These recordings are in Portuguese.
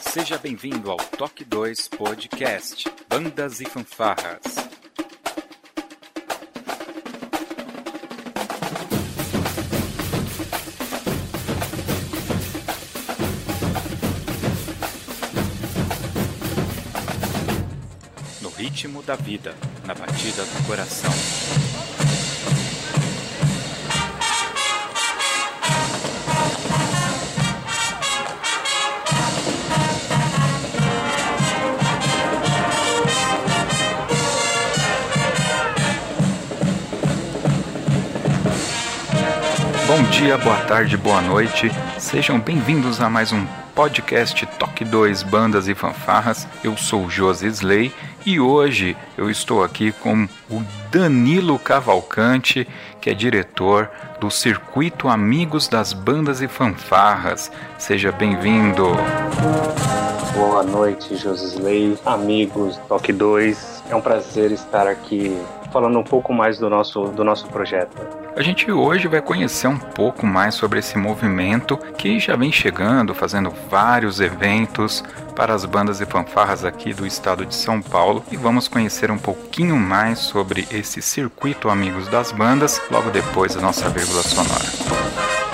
Seja bem-vindo ao Toque 2 Podcast, Bandas e Fanfarras. No ritmo da vida, na batida do coração. Bom dia, boa tarde, boa noite, sejam bem-vindos a mais um podcast Toque 2 Bandas e Fanfarras. Eu sou o Josi Slay e hoje eu estou aqui com o Danilo Cavalcante, que é diretor do Circuito Amigos das Bandas e Fanfarras. Seja bem-vindo. Boa noite, Josi Slay, amigos Toque 2. É um prazer estar aqui falando um pouco mais do nosso projeto. A gente hoje vai conhecer um pouco mais sobre esse movimento que já vem chegando, fazendo vários eventos para as bandas e fanfarras aqui do estado de São Paulo, e vamos conhecer um pouquinho mais sobre esse Circuito Amigos das Bandas logo depois da nossa vírgula sonora.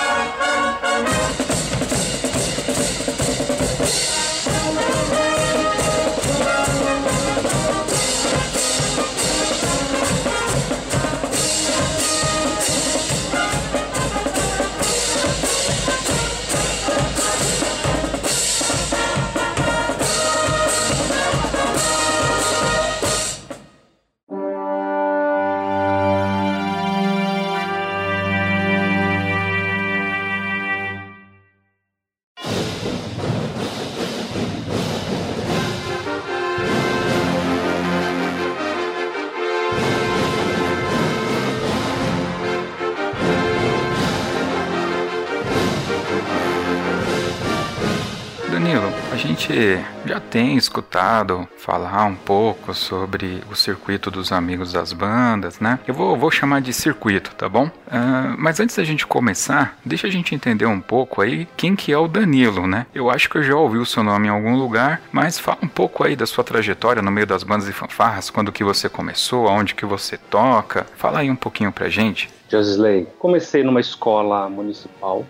Danilo, a gente já tem escutado falar um pouco sobre o Circuito dos Amigos das Bandas, né? Eu vou chamar de circuito, tá bom? Mas antes da gente começar, deixa a gente entender um pouco aí quem que é o Danilo, né? Eu acho que eu já ouvi o seu nome em algum lugar, mas fala um pouco aí da sua trajetória no meio das bandas e fanfarras, quando que você começou, aonde que você toca. Fala aí um pouquinho pra gente. Josi Slay, comecei numa escola municipal,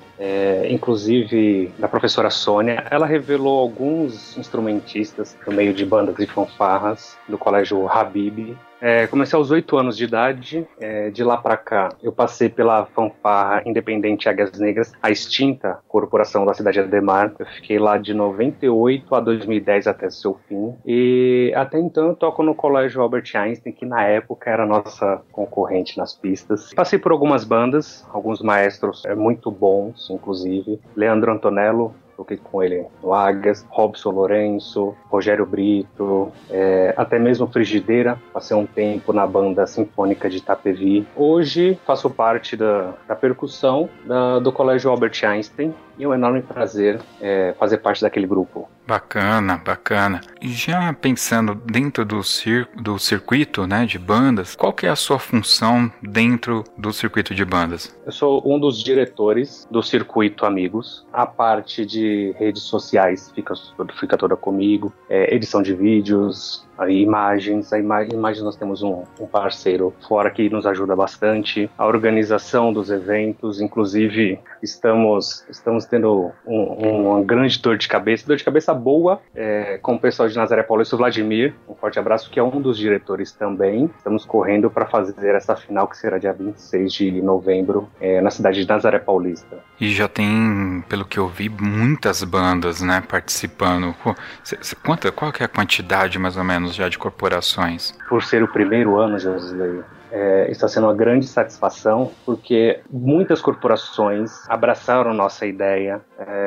inclusive da professora Sônia. Ela revelou alguns instrumentistas no meio de bandas e fanfarras do colégio Habib. Comecei aos 8 anos de idade. De lá pra cá eu passei pela fanfarra independente Águias Negras, a extinta corporação da cidade de Ademar. Eu fiquei lá de 98 a 2010 até seu fim, e até então eu toco no colégio Albert Einstein, que na época era nossa concorrente nas pistas. Passei por algumas bandas, alguns maestros muito bons, inclusive Leandro Antonello, toquei com ele no Águias, Robson Lourenço, Rogério Brito, até mesmo Frigideira. Passei um tempo na banda sinfônica de Itapevi. Hoje faço parte da percussão do Colégio Albert Einstein, e é um enorme prazer fazer parte daquele grupo. Bacana, bacana. E já pensando dentro do circuito, né, de bandas, qual que é a sua função dentro do circuito de bandas? Eu sou um dos diretores do Circuito Amigos. A parte de redes sociais fica toda comigo, edição de vídeos, imagens. Imagens nós temos um parceiro fora que nos ajuda bastante. A organização dos eventos, inclusive estamos tendo uma grande dor de cabeça boa, com o pessoal de Nazaré Paulista, o Vladimir, um forte abraço, que é um dos diretores também. Estamos correndo para fazer essa final, que será dia 26 de novembro, na cidade de Nazaré Paulista. E já tem, pelo que eu vi, muitas bandas, né, participando. Pô, qual que é a quantidade, mais ou menos, já de corporações? Por ser o primeiro ano, Josi, está sendo uma grande satisfação, porque muitas corporações abraçaram nossa ideia,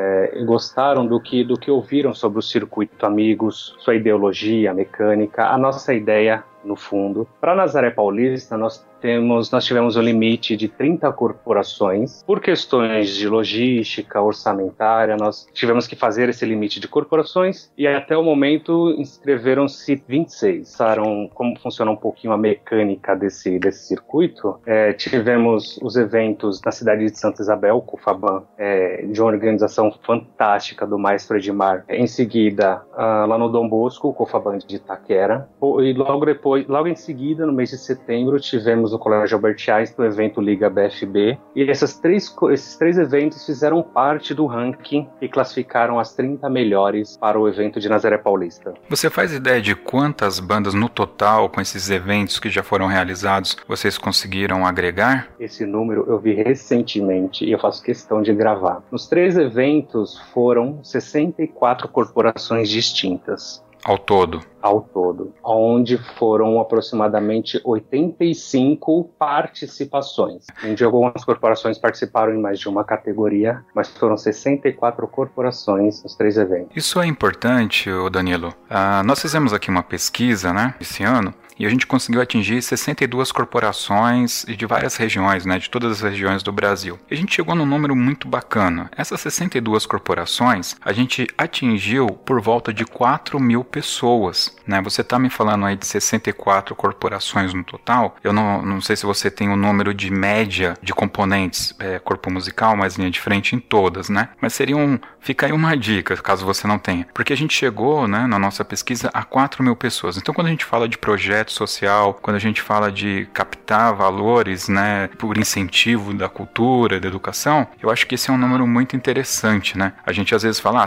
e gostaram do que ouviram sobre o Circuito Amigos, sua ideologia, mecânica. A nossa ideia no fundo. Para Nazaré Paulista, nós tivemos um limite de 30 corporações. Por questões de logística, orçamentária, nós tivemos que fazer esse limite de corporações e até o momento inscreveram-se 26. Como funciona um pouquinho a mecânica desse circuito, tivemos os eventos na cidade de Santa Isabel, Cofaban, de uma organização fantástica do maestro Edmar. Em seguida, lá no Dom Bosco, o Cofaban de Itaquera. E logo em seguida, no mês de setembro, tivemos no Colégio Albert Einstein, no evento Liga BFB, e esses três eventos fizeram parte do ranking e classificaram as 30 melhores para o evento de Nazaré Paulista. Você faz ideia de quantas bandas no total, com esses eventos que já foram realizados, vocês conseguiram agregar? Esse número eu vi recentemente e eu faço questão de gravar. Nos 3 eventos foram 64 corporações distintas. Ao todo, onde foram aproximadamente 85 participações, onde algumas corporações participaram em mais de uma categoria, mas foram 64 corporações nos 3 eventos. Isso é importante, Danilo. Nós fizemos aqui uma pesquisa, né, esse ano, e a gente conseguiu atingir 62 corporações de várias regiões, né, de todas as regiões do Brasil. E a gente chegou num número muito bacana. Essas 62 corporações, a gente atingiu por volta de 4 mil pessoas, né? Você está me falando aí de 64 corporações no total. Eu não sei se você tem o número de média de componentes, corpo musical, mais linha de frente em todas, né? Mas fica aí uma dica, caso você não tenha. Porque a gente chegou, né, na nossa pesquisa a 4 mil pessoas. Então, quando a gente fala de projeto social, quando a gente fala de captar valores, né, por incentivo da cultura, da educação, eu acho que esse é um número muito interessante, né? A gente às vezes fala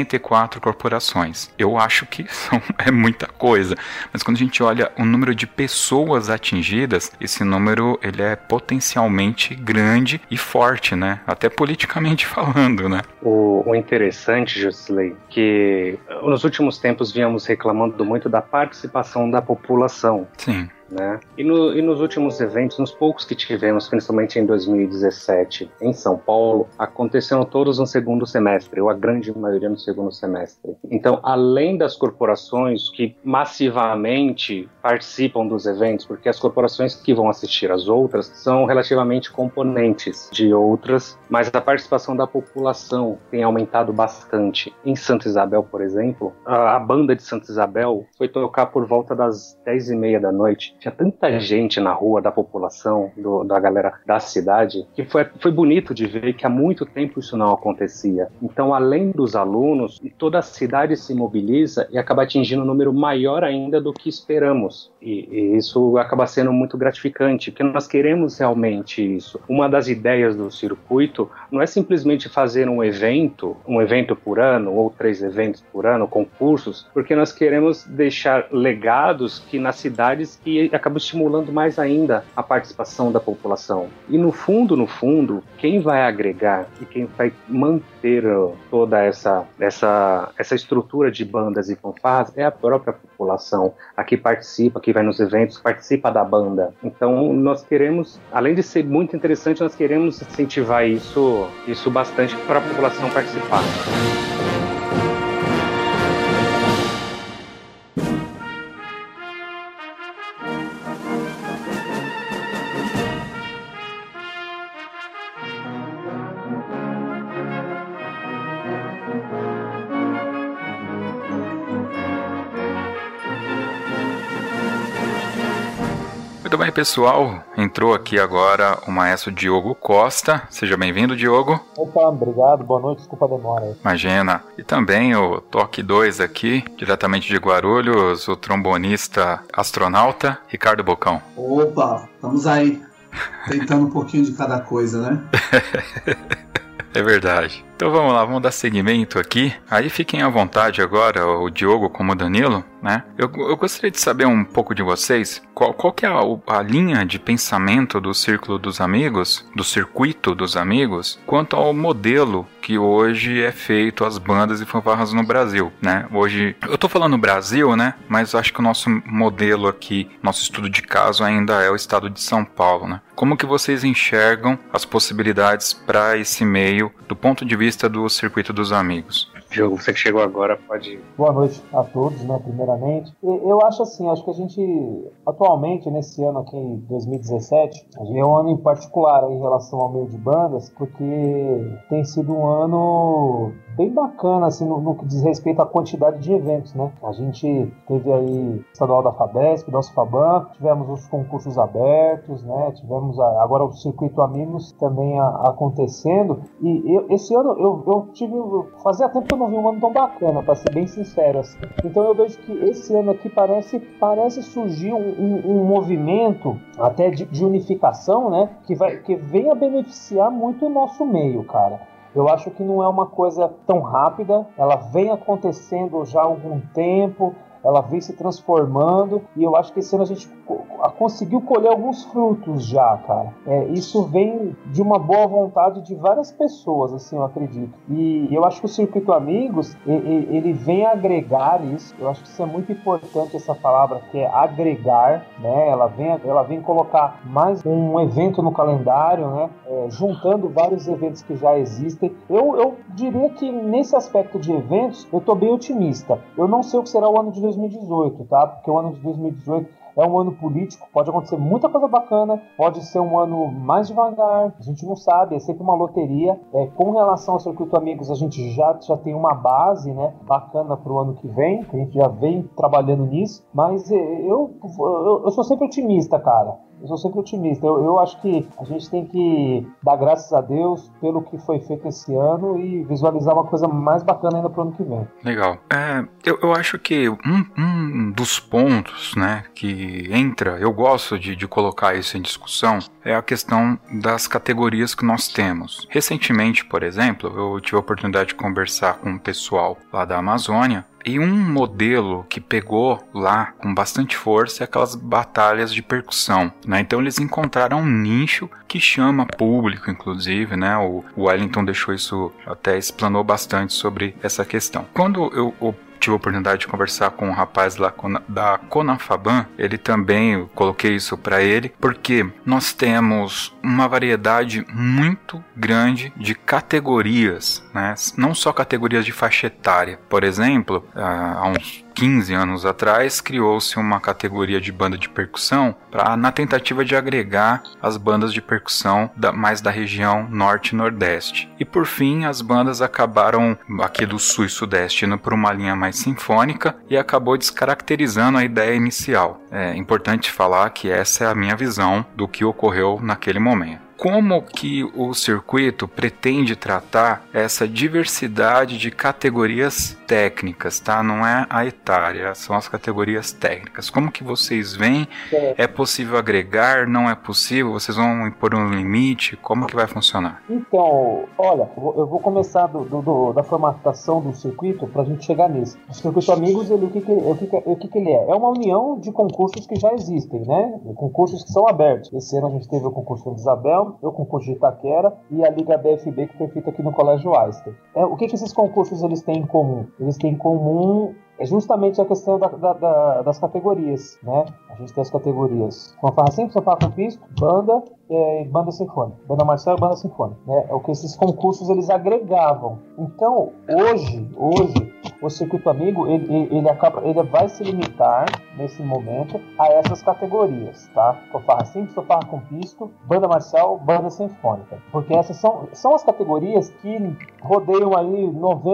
64 corporações. Eu acho que é muita coisa, mas quando a gente olha o número de pessoas atingidas, esse número ele é potencialmente grande e forte, né? Até politicamente falando, né? O interessante, Josley, que nos últimos tempos viemos reclamando muito da participação da população. Sim. Né? E nos últimos eventos, nos poucos que tivemos, principalmente em 2017, em São Paulo, aconteceram todos no segundo semestre, ou a grande maioria no segundo semestre. Então, além das corporações que massivamente participam dos eventos, porque as corporações que vão assistir as outras são relativamente componentes de outras, mas a participação da população tem aumentado bastante. Em Santa Isabel, por exemplo, a banda de Santa Isabel foi tocar por volta das 10h30 da noite. Tinha tanta gente na rua da população, da galera da cidade, que foi bonito de ver que há muito tempo isso não acontecia. Então, além dos alunos, toda a cidade se mobiliza e acaba atingindo um número maior ainda do que esperamos. E isso acaba sendo muito gratificante, porque nós queremos realmente isso. Uma das ideias do circuito não é simplesmente fazer um evento por ano, ou 3 eventos por ano, concursos, porque nós queremos deixar legados que nas cidades que acaba estimulando mais ainda a participação da população. E no fundo, quem vai agregar e quem vai manter toda essa estrutura de bandas e fanfarras é a própria população. A que participa, que vai nos eventos, participa da banda. Então nós queremos, além de ser muito interessante, nós queremos incentivar isso bastante para a população participar. Muito bem, pessoal. Entrou aqui agora o maestro Diogo Costa. Seja bem-vindo, Diogo. Opa, obrigado. Boa noite. Desculpa a demora. Imagina. E também o Toque 2 aqui, diretamente de Guarulhos, o trombonista astronauta Ricardo Bocão. Opa, estamos aí. Tentando um pouquinho de cada coisa, né? É verdade. Então vamos lá, vamos dar seguimento aqui. Aí fiquem à vontade agora, o Diogo como o Danilo, né? Eu gostaria de saber um pouco de vocês, qual que é a linha de pensamento do Círculo dos Amigos, do Circuito dos Amigos, quanto ao modelo que hoje é feito as bandas e fanfarras no Brasil, né? Hoje, eu tô falando Brasil, né? Mas acho que o nosso modelo aqui, nosso estudo de caso ainda é o estado de São Paulo, né? Como que vocês enxergam as possibilidades para esse meio do ponto de vista do Circuito dos Amigos? Diogo, você que chegou agora, pode... Boa noite a todos, né, primeiramente. Eu acho assim, acho que a gente, atualmente, nesse ano aqui, em 2017, a gente é um ano em particular em relação ao meio de bandas, porque tem sido um ano bem bacana, assim, no que diz respeito à quantidade de eventos, né? A gente teve aí o estadual da FABESP, da UFABAN, tivemos os concursos abertos, né? Tivemos agora o Circuito Amigos também acontecendo, e esse ano eu tive... Fazia tempo que eu não vi um ano tão bacana, para ser bem sincero, assim. Então eu vejo que esse ano aqui parece surgir um movimento até de unificação, né? Que vem a beneficiar muito o nosso meio, cara. Eu acho que não é uma coisa tão rápida, ela vem acontecendo já há algum tempo, ela vem se transformando, e eu acho que esse ano a gente conseguiu colher alguns frutos já, cara. Isso vem de uma boa vontade de várias pessoas, assim, eu acredito. E eu acho que o Circuito Amigos, ele vem agregar isso. Eu acho que isso é muito importante, essa palavra, que é agregar, né? Ela vem colocar mais um evento no calendário, né? Juntando vários eventos que já existem. Eu diria que nesse aspecto de eventos, eu estou bem otimista. Eu não sei o que será o ano de 2018, tá? Porque o ano de 2018 é um ano político, pode acontecer muita coisa bacana, pode ser um ano mais devagar, a gente não sabe, é sempre uma loteria. Com relação ao Circuito Amigos, a gente já tem uma base, né, bacana para o ano que vem, que a gente já vem trabalhando nisso, mas eu sou sempre otimista, cara. Eu sou sempre otimista. Eu acho que a gente tem que dar graças a Deus pelo que foi feito esse ano e visualizar uma coisa mais bacana ainda para o ano que vem. Legal. Eu acho que um dos pontos, né, que entra, eu gosto de colocar isso em discussão, é a questão das categorias que nós temos. Recentemente, por exemplo, eu tive a oportunidade de conversar com um pessoal lá da Amazônia, e um modelo que pegou lá com bastante força é aquelas batalhas de percussão, né? Então eles encontraram um nicho que chama público, inclusive, né? O Wellington deixou isso, até explanou bastante sobre essa questão. Quando eu tive a oportunidade de conversar com um rapaz lá da Conafaban, ele também, eu coloquei isso para ele, porque nós temos uma variedade muito grande de categorias, né? Não só categorias de faixa etária. Por exemplo, há uns 15 anos atrás, criou-se uma categoria de banda de percussão na tentativa de agregar as bandas de percussão mais da região norte e nordeste. E por fim, as bandas acabaram aqui do sul e sudeste indo por uma linha mais sinfônica e acabou descaracterizando a ideia inicial. É importante falar que essa é a minha visão do que ocorreu naquele momento. Como que o circuito pretende tratar essa diversidade de categorias técnicas, tá? Não é a etária, são as categorias técnicas. Como que vocês veem? É possível agregar? Não é possível? Vocês vão impor um limite? Como que vai funcionar? Então, olha, eu vou começar da formatação do circuito para a gente chegar nisso. O Circuito Amigos, o que ele é? É uma união de concursos que já existem, né? Concursos que são abertos. Esse ano a gente teve o concurso de Isabel, o concurso de Itaquera e a Liga BFB, que foi feita aqui no Colégio Einstein. O que esses concursos eles têm em comum? Eles têm em comum justamente a questão das categorias, né? A gente tem as categorias fanfarra simples, fanfarra com pisto, banda e banda sinfônica, banda marcial e banda sinfônica, né? É o que esses concursos eles agregavam. Então, hoje o Circuito Amigo ele vai se limitar nesse momento a essas categorias, tá? Fanfarra simples, fanfarra com pisto, banda marcial, banda sinfônica, porque essas são as categorias que rodeiam aí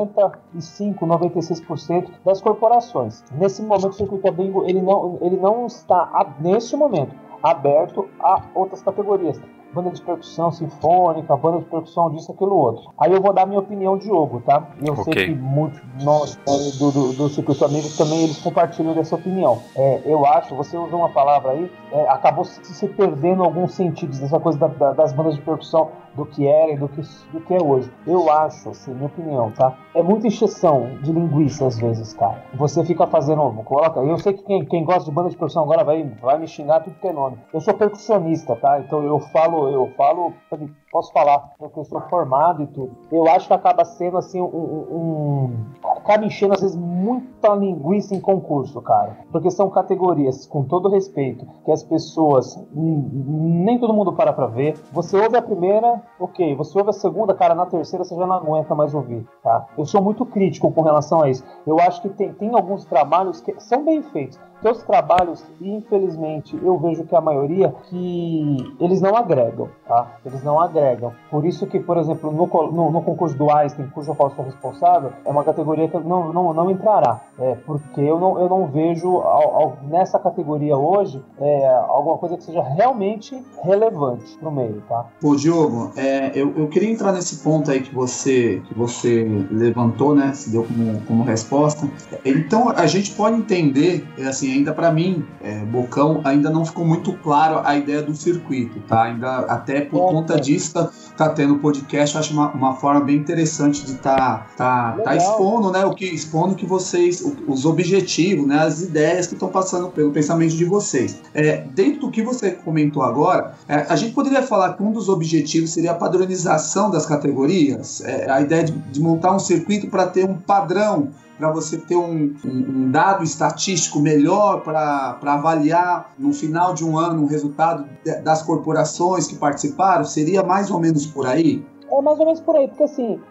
95-96% das corporações. Nesse momento o Circuito Amigo ele não está neste momento aberto a outras categorias. Banda de percussão sinfônica, banda de percussão disso, aquilo, outro. Aí eu vou dar minha opinião, Diogo, tá? E eu sei que muitos nós do Circuito Amigos também eles compartilham dessa opinião. Eu acho, você usou uma palavra aí, acabou se perdendo alguns sentidos dessa coisa das bandas de percussão, do que era e do que é hoje. Eu acho, assim, minha opinião, tá? É muita encheção de linguiça às vezes, cara. Você fica fazendo, eu sei que quem gosta de banda de percussão agora vai me xingar tudo que é nome. Eu sou percussionista, tá? Então eu falo, posso falar, porque eu sou formado e tudo. Eu acho que acaba sendo assim acaba enchendo, às vezes, muita linguiça em concurso, cara. Porque são categorias, com todo respeito, que as pessoas, nem todo mundo para pra ver. Você ouve a primeira, ok. Você ouve a segunda, cara, na terceira você já não aguenta mais ouvir, tá? Eu sou muito crítico com relação a isso. Eu acho que tem alguns trabalhos que são bem feitos. Tem os trabalhos, infelizmente, eu vejo que a maioria, que eles não agregam, tá? Eles não agregam. Por isso que, por exemplo, no concurso do Einstein, cujo qual sou responsável, é uma categoria que não entrará. Porque eu não vejo nessa categoria hoje alguma coisa que seja realmente relevante pro meio, tá? Pô, Diogo, eu queria entrar nesse ponto aí que você levantou, né? Se deu como resposta. Então, a gente pode entender, assim, ainda para mim, Bocão, ainda não ficou muito claro a ideia do circuito, tá? Ainda, até por conta disso, tá tendo podcast, eu acho uma forma bem interessante de tá expondo, né? Expondo que vocês, os objetivos, né? As ideias que estão passando pelo pensamento de vocês. Dentro do que você comentou agora, a gente poderia falar que um dos objetivos seria a padronização das categorias, a ideia de montar um circuito para ter um padrão, para você ter um dado estatístico melhor para avaliar no final de um ano o resultado das corporações que participaram? Seria mais ou menos por aí? É mais ou menos por aí, porque assim,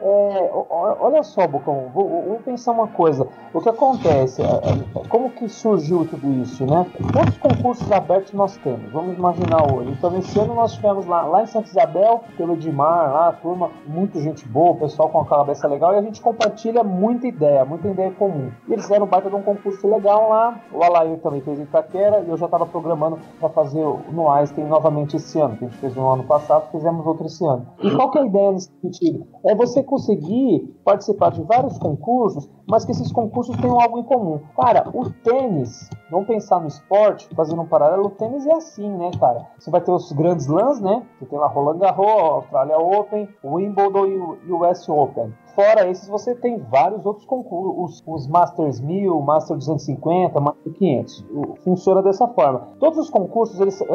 olha só, Bocão, vamos pensar uma coisa. O que acontece, como que surgiu tudo isso, né? Quantos concursos abertos nós temos? Vamos imaginar hoje. Então, esse ano nós tivemos lá em Santa Isabel, pelo Edmar, lá a turma, muita gente boa, o pessoal com a cabeça legal, e a gente compartilha muita ideia comum. E eles fizeram um baita de um concurso legal lá, o Alair também fez em Itaquera, e eu já estava programando para fazer no Einstein novamente esse ano, que a gente fez no ano passado, fizemos outro esse ano. E qual que é a ideia nesse sentido? É você conseguir participar de vários concursos, mas que esses concursos tenham algo em comum. Cara, o tênis, vamos pensar no esporte, fazendo um paralelo, o tênis é assim, né, cara? Você vai ter os grandes lãs, né? Você tem lá Roland Garros, Australia Open, Wimbledon e o US Open. Fora esses, você tem vários outros concursos, os Masters 1000, Master 250, Master 500. Funciona dessa forma. Todos os concursos,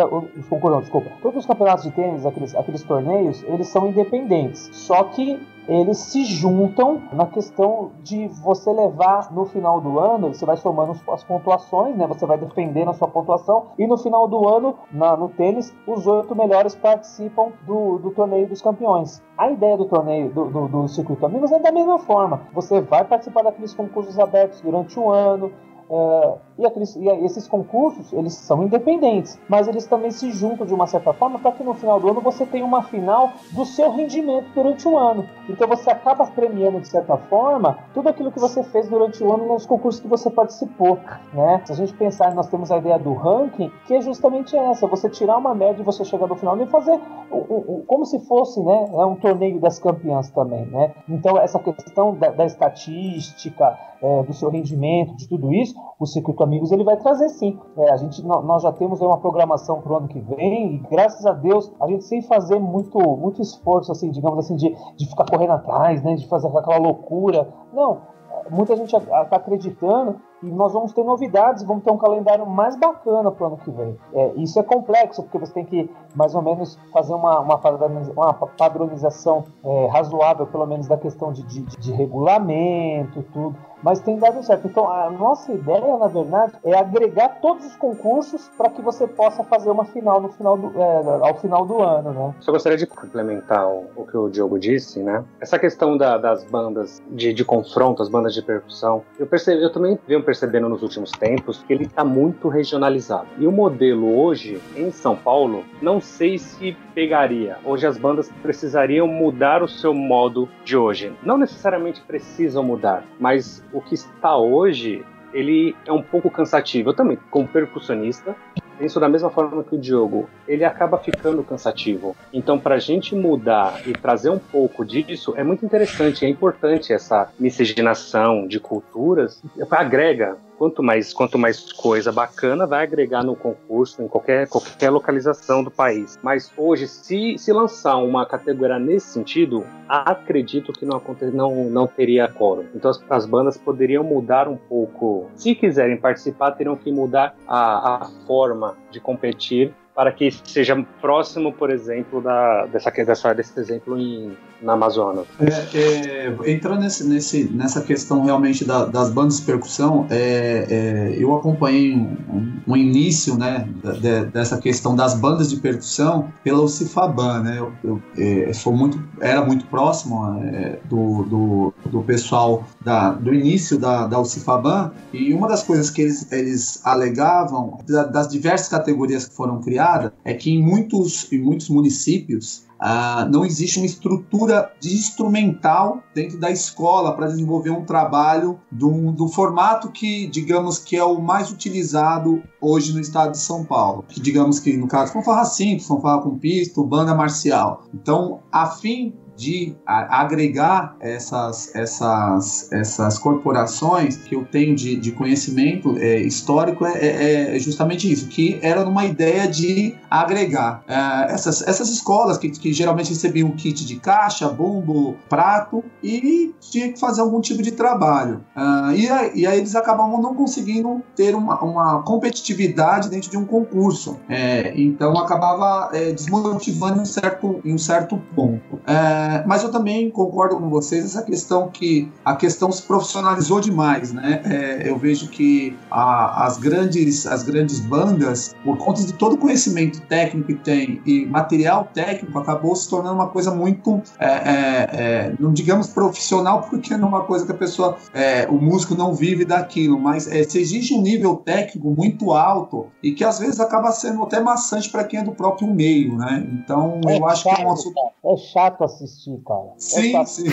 todos os campeonatos de tênis, aqueles torneios, eles são independentes. Só que eles se juntam na questão de você levar no final do ano, você vai somando as pontuações, né? Você vai defendendo a sua pontuação, e no final do ano, no tênis, os 8 melhores participam do torneio dos campeões. A ideia do torneio, do Circuito Amigos é da mesma forma. Você vai participar daqueles concursos abertos durante o ano, e esses concursos, eles são independentes, mas eles também se juntam de uma certa forma para que no final do ano você tenha uma final do seu rendimento durante o ano. Então você acaba premiando de certa forma tudo aquilo que você fez durante o ano nos concursos que você participou, né? Se a gente pensar, nós temos a ideia do ranking, que é justamente essa, você tirar uma média e você chegar no final e fazer como se fosse, né, um torneio das campeãs também, né? Então essa questão da estatística, do seu rendimento, de tudo isso, o Circuito Amigos ele vai trazer sim. Nós já temos uma programação para o ano que vem, e graças a Deus, a gente sem fazer muito esforço, assim, digamos assim, de ficar correndo atrás, né, de fazer aquela loucura. Não, muita gente está acreditando, e nós vamos ter novidades, vamos ter um calendário mais bacana para o ano que vem. Isso é complexo, porque você tem que, mais ou menos, fazer uma padronização razoável, pelo menos da questão de regulamento, tudo, mas tem dado certo. Então, a nossa ideia, na verdade, é agregar todos os concursos para que você possa fazer uma final ao final do ano, né? Só gostaria de complementar o que o Diogo disse, né? Essa questão das bandas de confronto, as bandas de percussão, eu também venho percebendo nos últimos tempos que ele está muito regionalizado. E o modelo hoje, em São Paulo, não sei se pegaria. Hoje as bandas precisariam mudar o seu modo de hoje. Não necessariamente precisam mudar, mas o que está hoje, ele é um pouco cansativo. Eu também, como percussionista, penso da mesma forma que o Diogo, ele acaba ficando cansativo. Então, para a gente mudar e trazer um pouco disso, é muito interessante, é importante essa miscigenação de culturas, agrega. Quanto mais coisa bacana, vai agregar no concurso, em qualquer localização do país. Mas hoje, se lançar uma categoria nesse sentido, acredito que não teria quórum. Então as bandas poderiam mudar um pouco. Se quiserem participar, teriam que mudar a forma de competir para que seja próximo, por exemplo, desse exemplo na Amazonas. Entrando nessa questão realmente das bandas de percussão, eu acompanhei um início, né, dessa questão das bandas de percussão pela Ocifaban, né? Eu era muito próximo do pessoal do início da Ocifaban, e uma das coisas que eles alegavam das diversas categorias que foram criadas é que em muitos municípios não existe uma estrutura de instrumental dentro da escola para desenvolver um trabalho do formato que, digamos, que é o mais utilizado hoje no estado de São Paulo. Que, digamos que, no caso, fanfarra simples, fanfarra com pisto, banda marcial. Então, a fim de agregar essas corporações que eu tenho de conhecimento histórico é justamente isso, que era numa ideia de agregar essas escolas que geralmente recebiam um kit de caixa, bumbo, prato, e tinha que fazer algum tipo de trabalho. E aí eles acabavam não conseguindo ter uma competitividade dentro de um concurso. Então acabava desmotivando em um certo ponto. Mas eu também concordo com vocês essa questão que a questão se profissionalizou demais, né? Eu vejo que as grandes bandas, por conta de todo o conhecimento técnico que tem e material técnico, acabou se tornando uma coisa muito, não digamos profissional, porque não é uma coisa que a pessoa, o músico não vive daquilo, mas se exige um nível técnico muito alto e que às vezes acaba sendo até maçante para quem é do próprio meio, né? Então eu acho que é um assunto... É chato assistir, cara. Sim.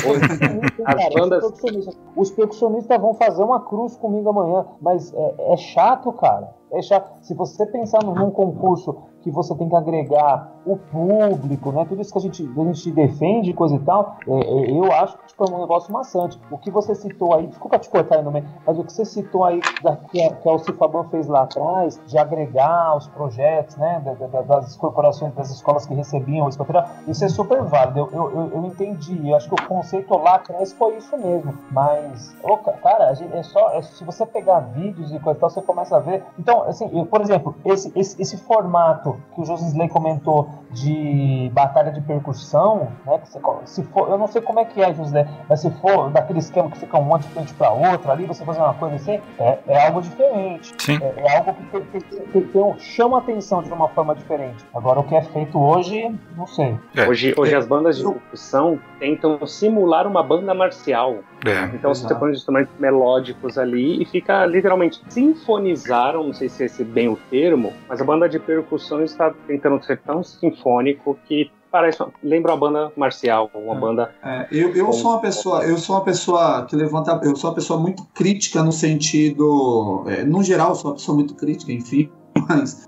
Os percussionistas vão fazer uma cruz comigo amanhã, mas é chato, cara. É chato. Se você pensar num concurso que você tem que agregar o público, né? Tudo isso que a gente defende, coisa e tal, eu acho que é um negócio maçante. O que você citou aí, desculpa te cortar aí no meio, mas o que você citou aí que a Ocifaban fez lá atrás, de agregar os projetos, né? Das corporações, das escolas que recebiam isso é super válido. Eu entendi, eu acho que o conceito lá atrás foi isso mesmo, mas, cara, se você pegar vídeos e coisa e tal, você começa a ver. Então, assim, por exemplo, esse formato que o Josisley comentou de batalha de percussão, né? Se for, eu não sei como é que é, Josisley, mas se for daquele esquema que fica um de frente para outro, ali você fazer uma coisa assim, é algo diferente. Sim. É algo que chama a atenção de uma forma diferente. Agora, o que é feito hoje, não sei. Hoje as bandas de percussão tentam simular uma banda marcial. Então você põe os instrumentos melódicos ali e fica literalmente sinfonizaram, não sei se é esse bem o termo, mas a banda de percussão está tentando ser tão sinfônico que lembra uma banda marcial, uma banda... Eu sou uma pessoa que levanta... Eu sou uma pessoa muito crítica no sentido... no geral, eu sou uma pessoa muito crítica, enfim, mas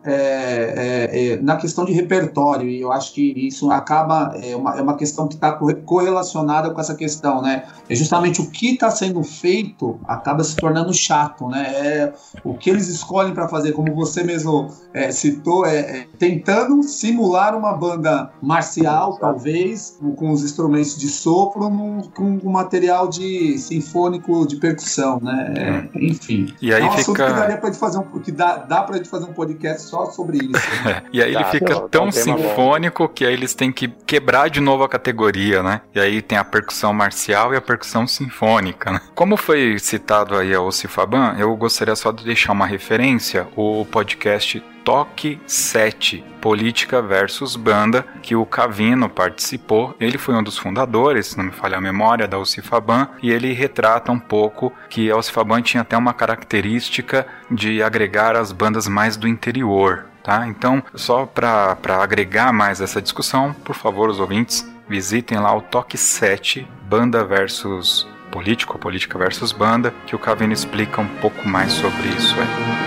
na questão de repertório, e eu acho que isso acaba é uma questão que está correlacionada com essa questão, né? É justamente o que está sendo feito acaba se tornando chato, né? O que eles escolhem para fazer, como você mesmo citou, tentando simular uma banda marcial, talvez, com os instrumentos de sopro, com um material sinfônico de percussão, né? Enfim. E aí é um assunto que daria para fazer dá para gente fazer um podcast só sobre isso. Né? E aí ele fica tão sinfônico que aí eles têm que quebrar de novo a categoria, né? E aí tem a percussão marcial e a percussão sinfônica, né? Como foi citado aí a Ocifaban, eu gostaria só de deixar uma referência, o podcast Toque 7, Política versus Banda, que o Cavino participou. Ele foi um dos fundadores, se não me falha a memória, da Ocifaban, e ele retrata um pouco que a Ocifaban tinha até uma característica de agregar as bandas mais do interior, tá? Então, só para agregar mais essa discussão, por favor, os ouvintes, visitem lá o Toque 7, Banda versus Política, Política versus Banda, que o Cavino explica um pouco mais sobre isso aí.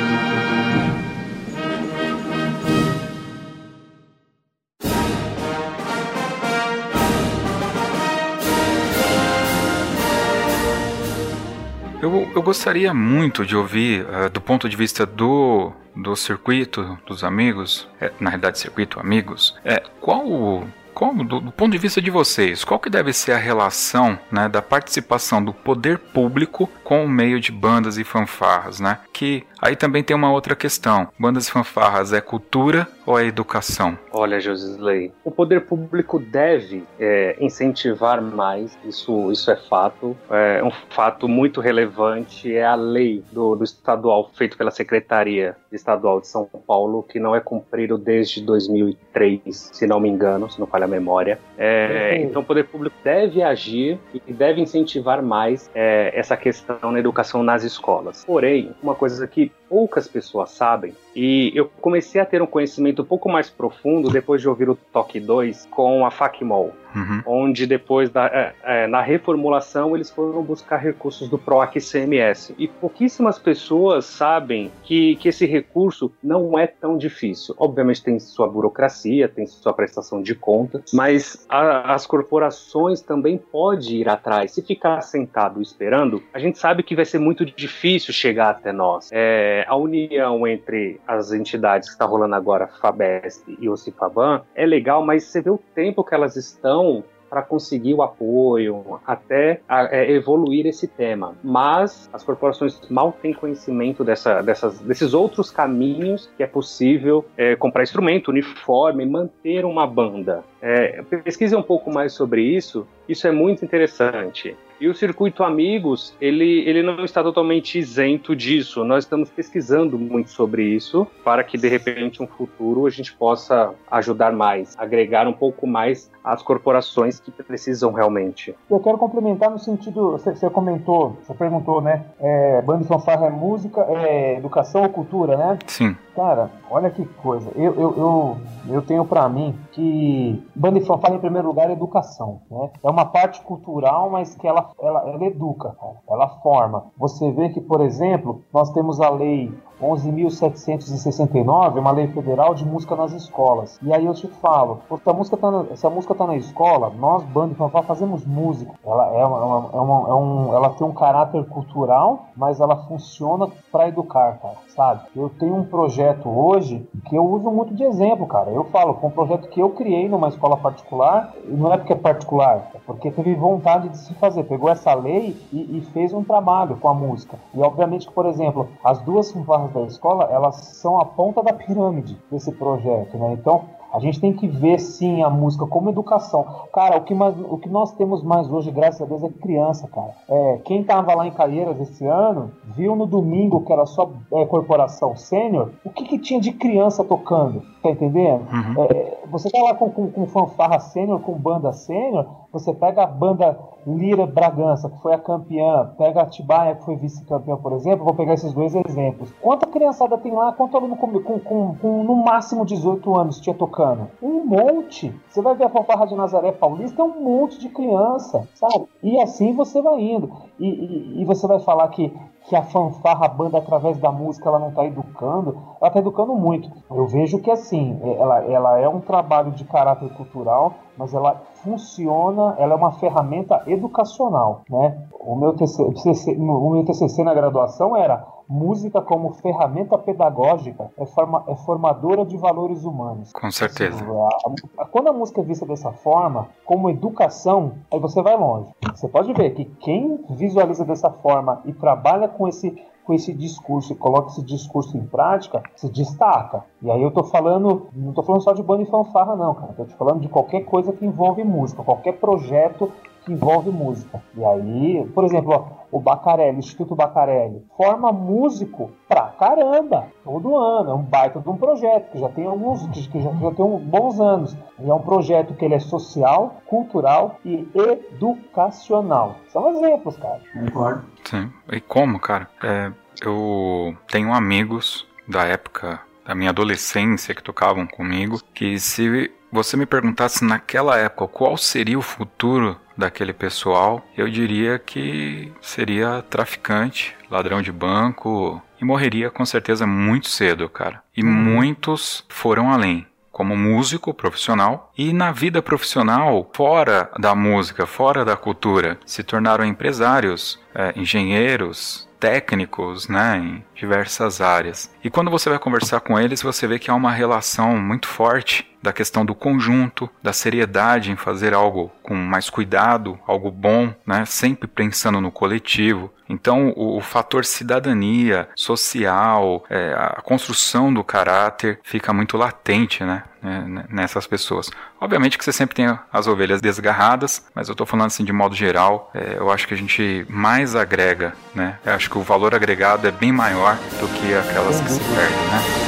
Eu gostaria muito de ouvir, do ponto de vista do circuito dos amigos, na realidade circuito amigos, do ponto de vista de vocês, qual que deve ser a relação, né, da participação do poder público com o meio de bandas e fanfarras, né? Que aí também tem uma outra questão. Bandas e fanfarras é cultura ou a educação? Olha, Josisley, o poder público deve incentivar mais, isso é fato. É um fato muito relevante, é a lei do estadual, feito pela Secretaria Estadual de São Paulo, que não é cumprido desde 2003, se não me engano, se não falha a memória. Então o poder público deve agir e deve incentivar mais essa questão na educação nas escolas. Porém, uma coisa que poucas pessoas sabem, e eu comecei a ter um conhecimento um pouco mais profundo depois de ouvir o Toque 2 com a Facmol, onde depois na reformulação eles foram buscar recursos do PROAC ICMS, e pouquíssimas pessoas sabem que esse recurso não é tão difícil. Obviamente tem sua burocracia, tem sua prestação de contas, mas as corporações também podem ir atrás. Se ficar sentado esperando, a gente sabe que vai ser muito difícil chegar até nós. A união entre as entidades que está rolando agora, FABESP e o Cifaban, é legal, mas você vê o tempo que elas estão para conseguir o apoio, até evoluir esse tema. Mas as corporações mal têm conhecimento desses outros caminhos que é possível comprar instrumento, uniforme, manter uma banda. Pesquise um pouco mais sobre isso é muito interessante. E o Circuito Amigos, ele não está totalmente isento disso. Nós estamos pesquisando muito sobre isso, para que, de repente, um futuro a gente possa ajudar mais, agregar um pouco mais às corporações que precisam realmente. Eu quero complementar no sentido, você perguntou, né? Banda e fanfarra é música, é educação ou cultura, né? Sim. Cara, olha que coisa. Eu tenho pra mim que banda e fanfarra, em primeiro lugar, é educação, né? É uma parte cultural, mas que ela educa, cara. Ela forma. Você vê que, por exemplo, nós temos a lei 11.769, uma lei federal de música nas escolas. E aí eu te falo, se a música tá na escola, nós, banda e fanfarra, fazemos música. Ela tem um caráter cultural, mas ela funciona para educar, cara, sabe? Eu tenho um projeto hoje que eu uso muito de exemplo, cara. Eu falo, foi um projeto que eu criei numa escola particular, e não é porque é particular, é porque teve vontade de se fazer. Pegou essa lei e fez um trabalho com a música. E obviamente que, por exemplo, as duas fanfarras da escola, elas são a ponta da pirâmide desse projeto, né? Então, a gente tem que ver, sim, a música como educação. Cara, o que nós temos mais hoje, graças a Deus, é criança, cara. Quem estava lá em Caieiras esse ano, viu no domingo, que era só corporação sênior, o que tinha de criança tocando, tá entendendo? Você tá lá com fanfarra sênior, com banda sênior, você pega a banda Lira Bragança, que foi a campeã, pega a Atibaia, que foi vice-campeã, por exemplo, vou pegar esses dois exemplos. Quanta criançada tem lá, quanto aluno com no máximo 18 anos tinha tocando? Um monte. Você vai ver a fanfarra de Nazaré Paulista, é um monte de criança, sabe? E assim você vai indo. E você vai falar que a fanfarra, a banda, através da música, ela não está educando, ela está educando muito. Eu vejo que, assim, ela é um trabalho de caráter cultural, mas ela funciona, ela é uma ferramenta educacional, né? O meu TCC na graduação era música como ferramenta pedagógica, é formadora de valores humanos. Com certeza. Quando a música é vista dessa forma, como educação, aí você vai longe. Você pode ver que quem visualiza dessa forma e trabalha com esse discurso e coloca esse discurso em prática, se destaca. E aí não tô falando só de banda e fanfarra, não, cara. Tô te falando de qualquer coisa que envolve música, qualquer projeto que envolve música. E aí, por exemplo, o Bacarelli, o Instituto Bacarelli, forma músico pra caramba, todo ano. É um baita de um projeto, que já tem bons anos. E é um projeto que ele é social, cultural e educacional. São exemplos, cara. Concordo. Sim. E como, cara? Eu tenho amigos da época da minha adolescência que tocavam comigo, que se você me perguntasse naquela época qual seria o futuro daquele pessoal, eu diria que seria traficante, ladrão de banco, e morreria com certeza muito cedo, cara. E muitos foram além, como músico profissional, e na vida profissional, fora da música, fora da cultura, se tornaram empresários, engenheiros, técnicos, né, em diversas áreas. E quando você vai conversar com eles, você vê que há uma relação muito forte da questão do conjunto, da seriedade em fazer algo com mais cuidado, algo bom, né? Sempre pensando no coletivo. Então, o fator cidadania, social, a construção do caráter fica muito latente, né, nessas pessoas. Obviamente que você sempre tem as ovelhas desgarradas, mas eu estou falando assim de modo geral, eu acho que a gente mais agrega, né? Eu acho que o valor agregado é bem maior do que aquelas que se perdem, né?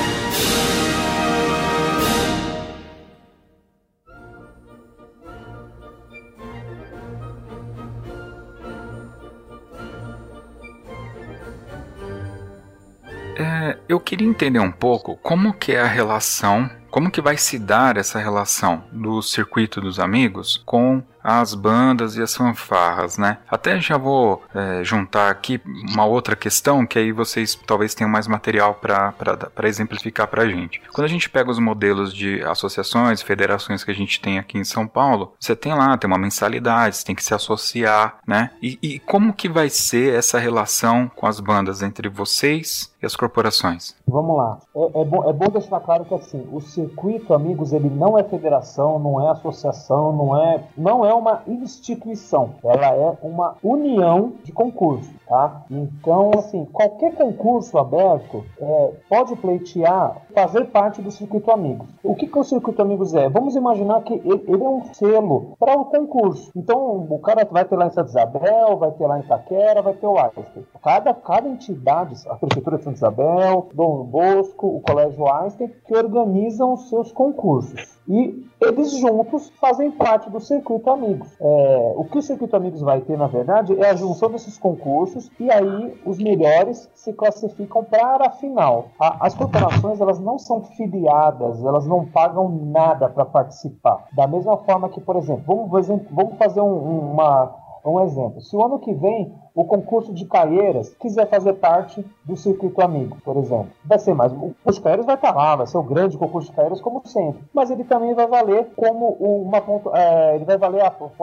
Eu queria entender um pouco como que é a relação, como que vai se dar essa relação do circuito dos amigos com as bandas e as fanfarras, né? Até já vou juntar aqui uma outra questão, que aí vocês talvez tenham mais material para exemplificar para a gente. Quando a gente pega os modelos de associações, federações que a gente tem aqui em São Paulo, você tem uma mensalidade, você tem que se associar, né? E como que vai ser essa relação com as bandas entre vocês e as corporações? Vamos lá. É bom deixar claro que assim, o circuito, amigos, ele não é federação, não é associação, não é uma instituição. Ela é uma união de concursos, tá? Então, assim, qualquer concurso aberto pode pleitear fazer parte do circuito amigos. O que o circuito amigos é? Vamos imaginar que ele é um selo para o concurso. Então, o cara vai ter lá em Santa Isabel, vai ter lá em Itaquera, vai ter o Einstein. Cada entidade, a Prefeitura de Santa Isabel, Dom Bosco, o Colégio Einstein, que organizam os seus concursos. E eles juntos fazem parte do Circuito Amigos. O que o Circuito Amigos vai ter, na verdade, é a junção desses concursos e aí os melhores se classificam para a final. As corporações, elas não são filiadas, elas não pagam nada para participar. Da mesma forma que, por exemplo, vamos fazer um exemplo. Se o ano que vem o concurso de Caieiras quiser fazer parte do Circuito Amigo, por exemplo, vai ser mais. O concurso de Caieiras vai estar lá, vai ser o grande concurso de Caieiras, como sempre. Mas ele também vai valer como ele vai valer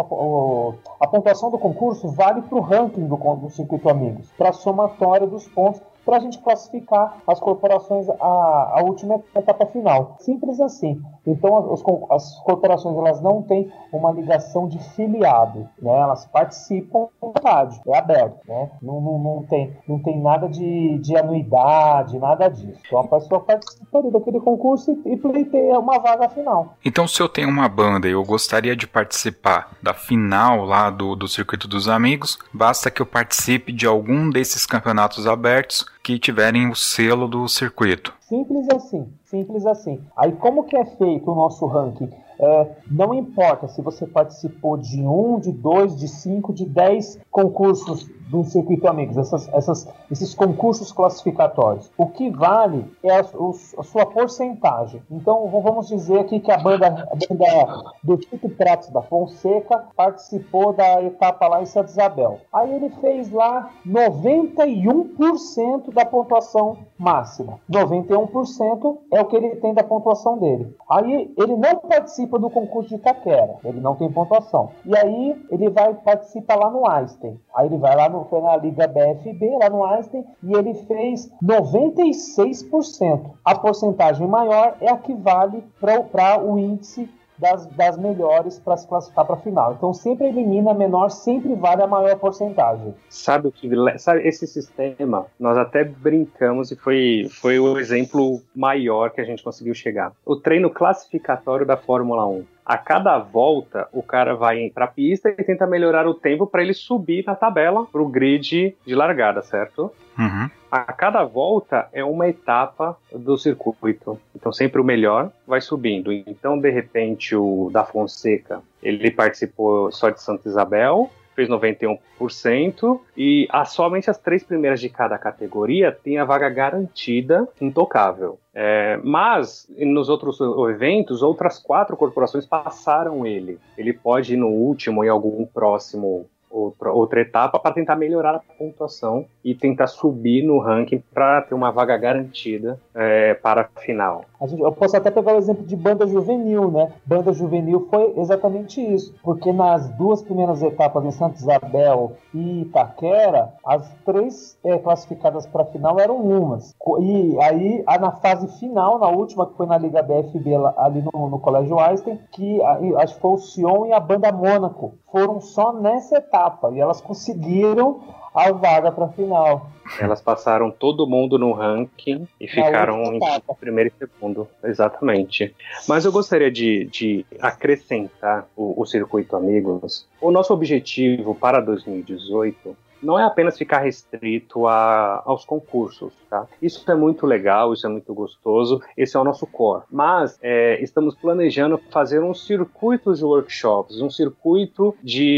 a pontuação do concurso vale para o ranking do Circuito Amigos, para a somatória dos pontos, para a gente classificar as corporações à última etapa final. Simples assim. Então, as corporações, elas não têm uma ligação de filiado, né? Elas participam à vontade, é aberto, né? Não tem nada de anuidade, nada disso. Então, a pessoa participa ali daquele concurso e pleiteia uma vaga final. Então, se eu tenho uma banda e eu gostaria de participar da final lá do Circuito dos Amigos, basta que eu participe de algum desses campeonatos abertos que tiverem o selo do circuito. Simples assim. Aí como que é feito o nosso ranking? Não importa se você participou de 1, de 2, de 5, de 10 concursos do Circuito Amigos, esses concursos classificatórios. O que vale é a sua porcentagem. Então, vamos dizer aqui que a banda do Tito Pratos da Fonseca participou da etapa lá em Santa Isabel. Aí ele fez lá 91% da pontuação máxima. 91% é o que ele tem da pontuação dele. Aí ele não participa do concurso de Itaquera, ele não tem pontuação. E aí ele vai participar lá no Einstein. Aí ele vai lá foi na Liga BFB, lá no Einstein, e ele fez 96%. A porcentagem maior é a que vale para o índice das melhores para se classificar para a final. Então sempre elimina a menor, sempre vale a maior porcentagem. Sabe esse sistema, nós até brincamos e foi o exemplo maior que a gente conseguiu chegar. O treino classificatório da Fórmula 1. A cada volta, o cara vai para a pista e tenta melhorar o tempo para ele subir na tabela para o grid de largada, certo? Uhum. A cada volta é uma etapa do circuito. Então sempre o melhor vai subindo. Então, de repente, o da Fonseca, ele participou só de Santa Isabel, fez 91%, e somente as 3 primeiras de cada categoria têm a vaga garantida, intocável. Mas, nos outros eventos, outras 4 corporações passaram ele. Ele pode ir no último, em algum próximo outra etapa, para tentar melhorar a pontuação e tentar subir no ranking para ter uma vaga garantida para a final. Eu posso até pegar o exemplo de banda juvenil, né? Banda juvenil foi exatamente isso, porque nas 2 primeiras etapas em Santa Isabel e Itaquera, as 3 classificadas para a final eram umas. E aí, na fase final, na última, que foi na Liga BFB, ali no Colégio Einstein, que acho que foi o Sion e a banda Mônaco foram só nessa etapa, e elas conseguiram a vaga para a final. Elas passaram todo mundo no ranking e ficaram em primeiro e segundo. Exatamente. Mas eu gostaria de acrescentar o Circuito Amigos. O nosso objetivo para 2018 não é apenas ficar restrito aos concursos, tá? Isso é muito legal, isso é muito gostoso, esse é o nosso core. Mas estamos planejando fazer um circuito de workshops, um circuito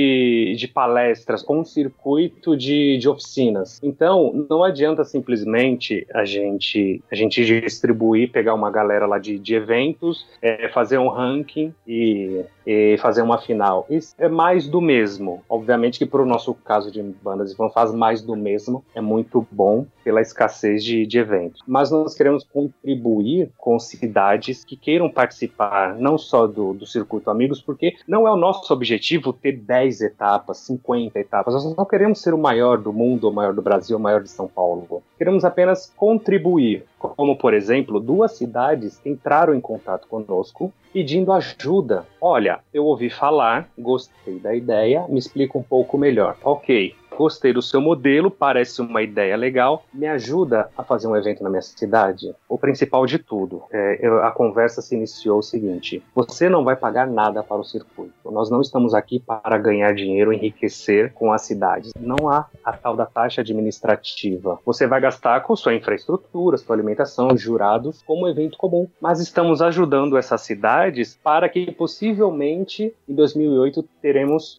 de palestras, ou um circuito de oficinas. Então, não adianta simplesmente a gente distribuir, pegar uma galera lá de eventos, fazer um ranking e fazer uma final. Isso é mais do mesmo. Obviamente que para o nosso caso de bandas e fanfarras, mais do mesmo é muito bom pela escassez de eventos. Mas nós queremos contribuir com cidades que queiram participar não só do Circuito Amigos, porque não é o nosso objetivo ter 10 etapas, 50 etapas. Nós não queremos ser o maior do mundo, o maior do Brasil, o maior de São Paulo. Queremos apenas contribuir. Como, por exemplo, 2 cidades entraram em contato conosco pedindo ajuda. Olha, eu ouvi falar, gostei da ideia, me explica um pouco melhor. Ok, gostei do seu modelo, parece uma ideia legal, me ajuda a fazer um evento na minha cidade? O principal de tudo, a conversa se iniciou o seguinte: você não vai pagar nada para o circuito. Nós não estamos aqui para ganhar dinheiro, enriquecer com as cidades. Não há a tal da taxa administrativa. Você vai gastar com sua infraestrutura, sua alimentação, jurados, como um evento comum. Mas estamos ajudando essas cidades para que possivelmente em 2008 teremos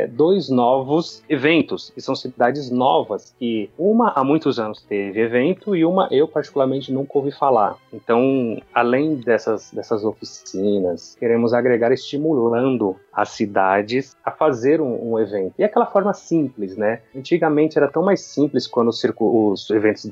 2 novos eventos. Que são cidades novas, que uma há muitos anos teve evento e uma eu particularmente nunca ouvi falar. Então, além dessas oficinas, queremos agregar estimulando as cidades a fazer um evento. E aquela forma simples, né? Antigamente era tão mais simples quando os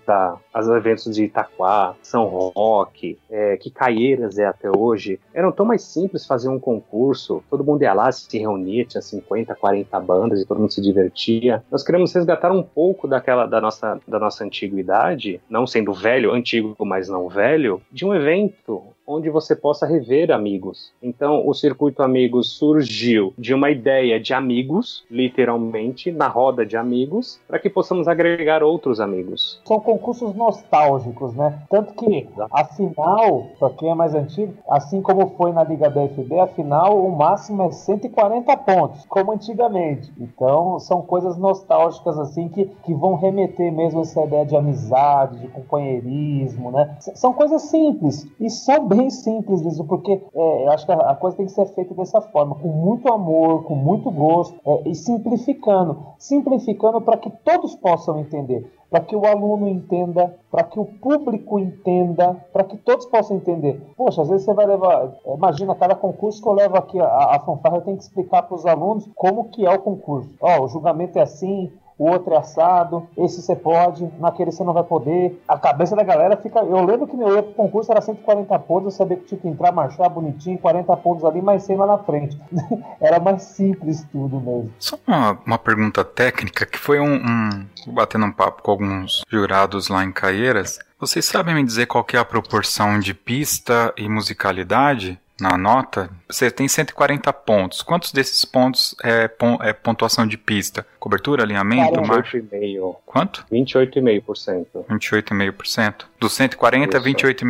eventos de Itaquá, São Roque, que Caieiras até hoje, eram tão mais simples fazer um concurso, todo mundo ia lá, se reunia, tinha 50, 40 bandas e todo mundo se divertia. Nós queremos resgatar um pouco da nossa antiguidade, não sendo velho, antigo, mas não velho, de um evento onde você possa rever amigos. Então, o Circuito Amigos surgiu de uma ideia de amigos, literalmente, na roda de amigos, para que possamos agregar outros amigos. São concursos nostálgicos, né? Tanto que a final, para quem é mais antigo, assim como foi na Liga BFB, a final, o máximo é 140 pontos, como antigamente. Então, são coisas nostálgicas, assim, que vão remeter mesmo a essa ideia de amizade, de companheirismo, né? São coisas simples, e são bem simples isso, porque eu acho que a coisa tem que ser feita dessa forma, com muito amor, com muito gosto, e simplificando para que todos possam entender, para que o aluno entenda, para que o público entenda, para que todos possam entender. Poxa, às vezes você vai levar, imagina, cada concurso que eu levo aqui, a fanfarra, eu tenho que explicar para os alunos como que é o concurso. O julgamento é assim, o outro é assado, esse você pode, naquele você não vai poder. A cabeça da galera fica... Eu lembro que meu erro pro concurso era 140 pontos, eu sabia que tinha que entrar, marchar bonitinho, 40 pontos ali, mais 100 lá na frente. Era mais simples tudo mesmo. Só uma pergunta técnica, que foi batendo um papo com alguns jurados lá em Caieiras. Vocês sabem me dizer qual que é a proporção de pista e musicalidade na nota? Você tem 140 pontos. Quantos desses pontos é pontuação de pista? Cobertura, alinhamento, marcha? 28,5%. Quanto? 28,5%. 28,5%. Dos 140,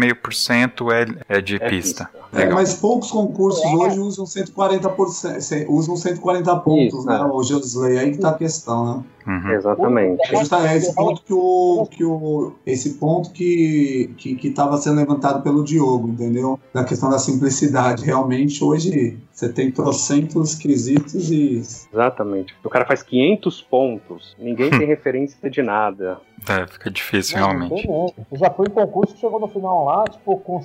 28,5% é de pista. Mas poucos concursos hoje usam 140%, usam 140 pontos, isso, né? O Josley, aí que tá a questão, né? Uhum. Exatamente. Esse ponto que estava sendo levantado pelo Diogo, entendeu? Da questão da simplicidade. Realmente, hoje, você tem trocentos quesitos e... Exatamente. O cara faz 500 pontos, ninguém tem referência de nada. Fica difícil, realmente. Eu já fui em concurso que chegou no final lá, com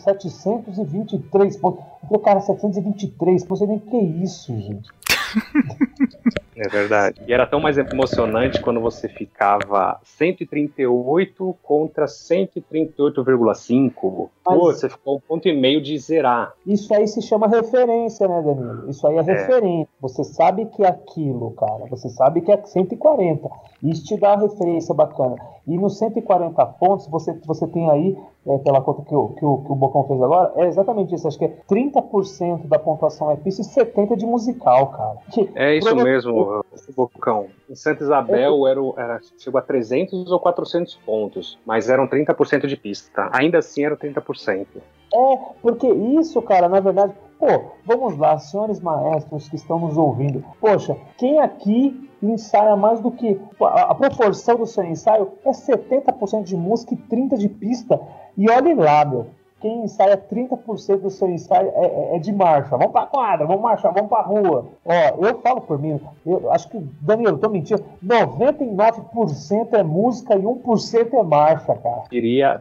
723 pontos. Eu falei, cara, 723, não sei nem o que é isso, gente. É verdade. E era tão mais emocionante quando você ficava 138 contra 138,5. Pô, você ficou 1,5 ponto de zerar. Isso aí se chama referência, né, Danilo? Isso aí é referência. Você sabe que é aquilo, cara. Você sabe que é 140. Isso te dá uma referência bacana. E nos 140 pontos, você tem aí, pela conta que o Bocão fez agora, é exatamente isso. Acho que é 30% da pontuação é pista e 70% de musical, cara. É isso mesmo, Bocão. Em Santa Isabel chegou a 300 ou 400 pontos, mas eram 30% de pista. Ainda assim, era 30%. Porque isso, cara, na verdade... Pô, vamos lá, senhores maestros que estão nos ouvindo. Poxa, quem aqui ensaia mais do que... A proporção do seu ensaio é 70% de música e 30% de pista. E olhe lá, meu. Quem ensaia 30% do seu ensaio é de marcha. Vamos pra quadra, vamos marchar, vamos pra rua. Ó, eu falo por mim, eu acho que, Danilo, tô mentindo, 99% é música e 1% é marcha, cara. Diria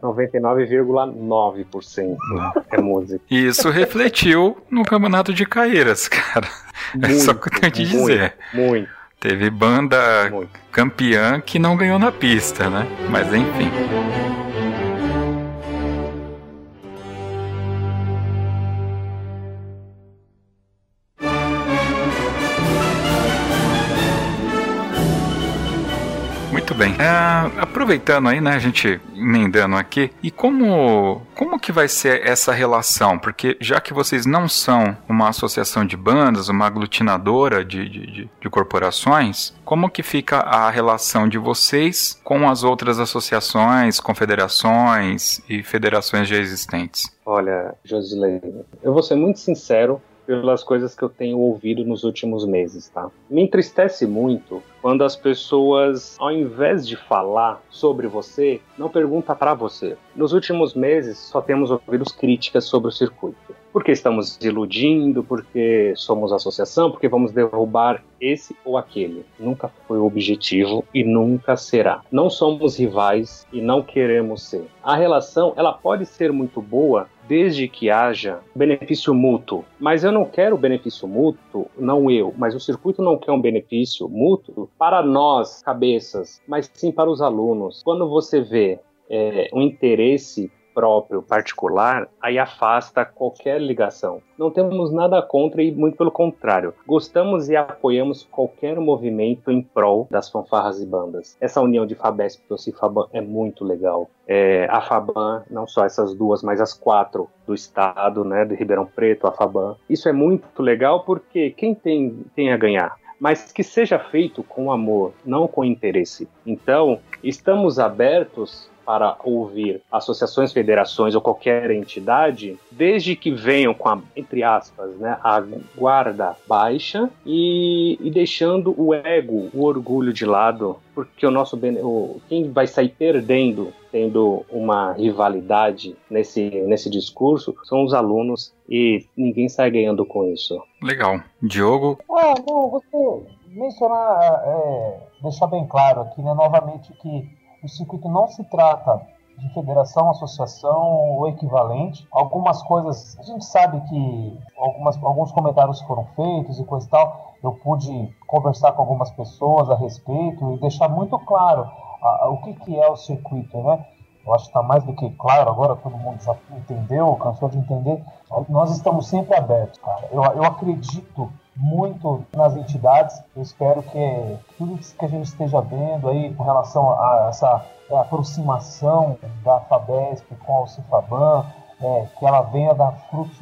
99,9% é música. E isso refletiu no Campeonato de Caeiras, cara. É só o que eu tenho que dizer. Muito. Teve banda campeã que não ganhou na pista, né? Mas enfim. Muito bem. Aproveitando aí, né, a gente emendando aqui, e como que vai ser essa relação? Porque já que vocês não são uma associação de bandas, uma aglutinadora de corporações, como que fica a relação de vocês com as outras associações, confederações e federações já existentes? Olha, Josilei, eu vou ser muito sincero pelas coisas que eu tenho ouvido nos últimos meses, tá? Me entristece muito quando as pessoas, ao invés de falar sobre você, não perguntam para você. Nos últimos meses, só temos ouvido críticas sobre o circuito. Porque estamos iludindo, porque somos associação, porque vamos derrubar esse ou aquele. Nunca foi o objetivo e nunca será. Não somos rivais e não queremos ser. A relação, ela pode ser muito boa desde que haja benefício mútuo. Mas eu não quero benefício mútuo, não eu, mas o circuito não quer um benefício mútuo para nós, cabeças, mas sim para os alunos. Quando você vê um interesse próprio, particular, aí afasta qualquer ligação. Não temos nada contra e muito pelo contrário. Gostamos e apoiamos qualquer movimento em prol das fanfarras e bandas. Essa união de FABESP e OCIFABAN é muito legal. A FABAN, não só essas duas, mas as 4 do estado, né, de Ribeirão Preto, a FABAN. Isso é muito legal porque quem tem a ganhar? Mas que seja feito com amor, não com interesse. Então, estamos abertos para ouvir associações, federações ou qualquer entidade, desde que venham com a, entre aspas, né, a guarda baixa e deixando o ego, o orgulho de lado, porque quem vai sair perdendo, tendo uma rivalidade nesse discurso, são os alunos e ninguém sai ganhando com isso. Legal. Diogo? Você mencionar, deixar bem claro aqui, né, novamente que o circuito não se trata de federação, associação ou equivalente. Algumas coisas, a gente sabe que alguns comentários foram feitos e coisa e tal. Eu pude conversar com algumas pessoas a respeito e deixar muito claro o que é o circuito, né? Eu acho que está mais do que claro agora, todo mundo já entendeu, cansou de entender. Nós estamos sempre abertos, cara. Eu acredito muito nas entidades. Eu espero que tudo que a gente esteja vendo aí com relação a essa aproximação da FABESP com a OCIFABAN, que ela venha dar frutos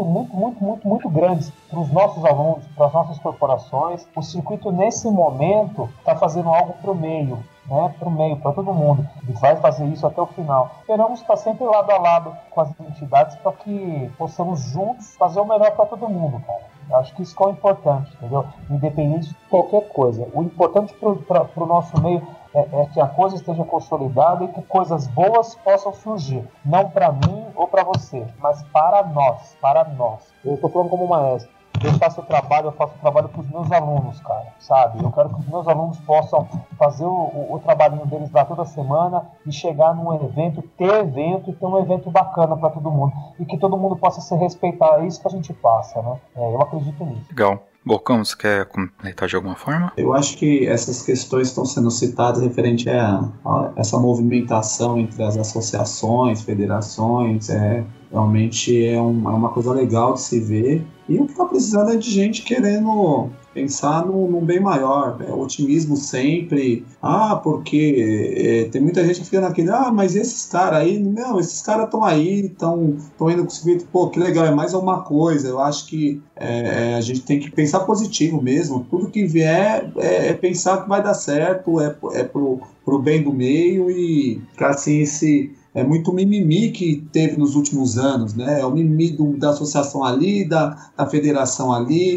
muito grandes para os nossos alunos, para as nossas corporações. O circuito, nesse momento, está fazendo algo para o meio, né, para o meio, para todo mundo. E vai fazer isso até o final. Esperamos estar sempre lado a lado com as entidades para que possamos juntos fazer o melhor para todo mundo, cara. Eu acho que isso que é o importante, entendeu? Independente de qualquer coisa. O importante para o nosso meio é que a coisa esteja consolidada e que coisas boas possam surgir. Não para mim ou para você, mas para nós. Eu estou falando como maestro. Eu faço o trabalho para os meus alunos, cara, sabe? Eu quero que os meus alunos possam fazer o trabalhinho deles lá toda semana e chegar num evento, ter um evento bacana para todo mundo. E que todo mundo possa se respeitar. É isso que a gente passa, né? Eu acredito nisso. Legal. Bocão, você quer completar de alguma forma? Eu acho que essas questões estão sendo citadas referente a essa movimentação entre as associações, federações, realmente é uma coisa legal de se ver. E o que está precisando é de gente querendo pensar num bem maior, otimismo sempre. Porque tem muita gente que fica naquele, mas esses caras aí, não, esses caras estão aí, estão indo com o espírito, pô, que legal, é mais uma coisa. Eu acho que a gente tem que pensar positivo mesmo, tudo que vier é pensar que vai dar certo, é pro bem do meio e, assim, é muito mimimi que teve nos últimos anos, né? É o mimimi da associação ali, da federação ali,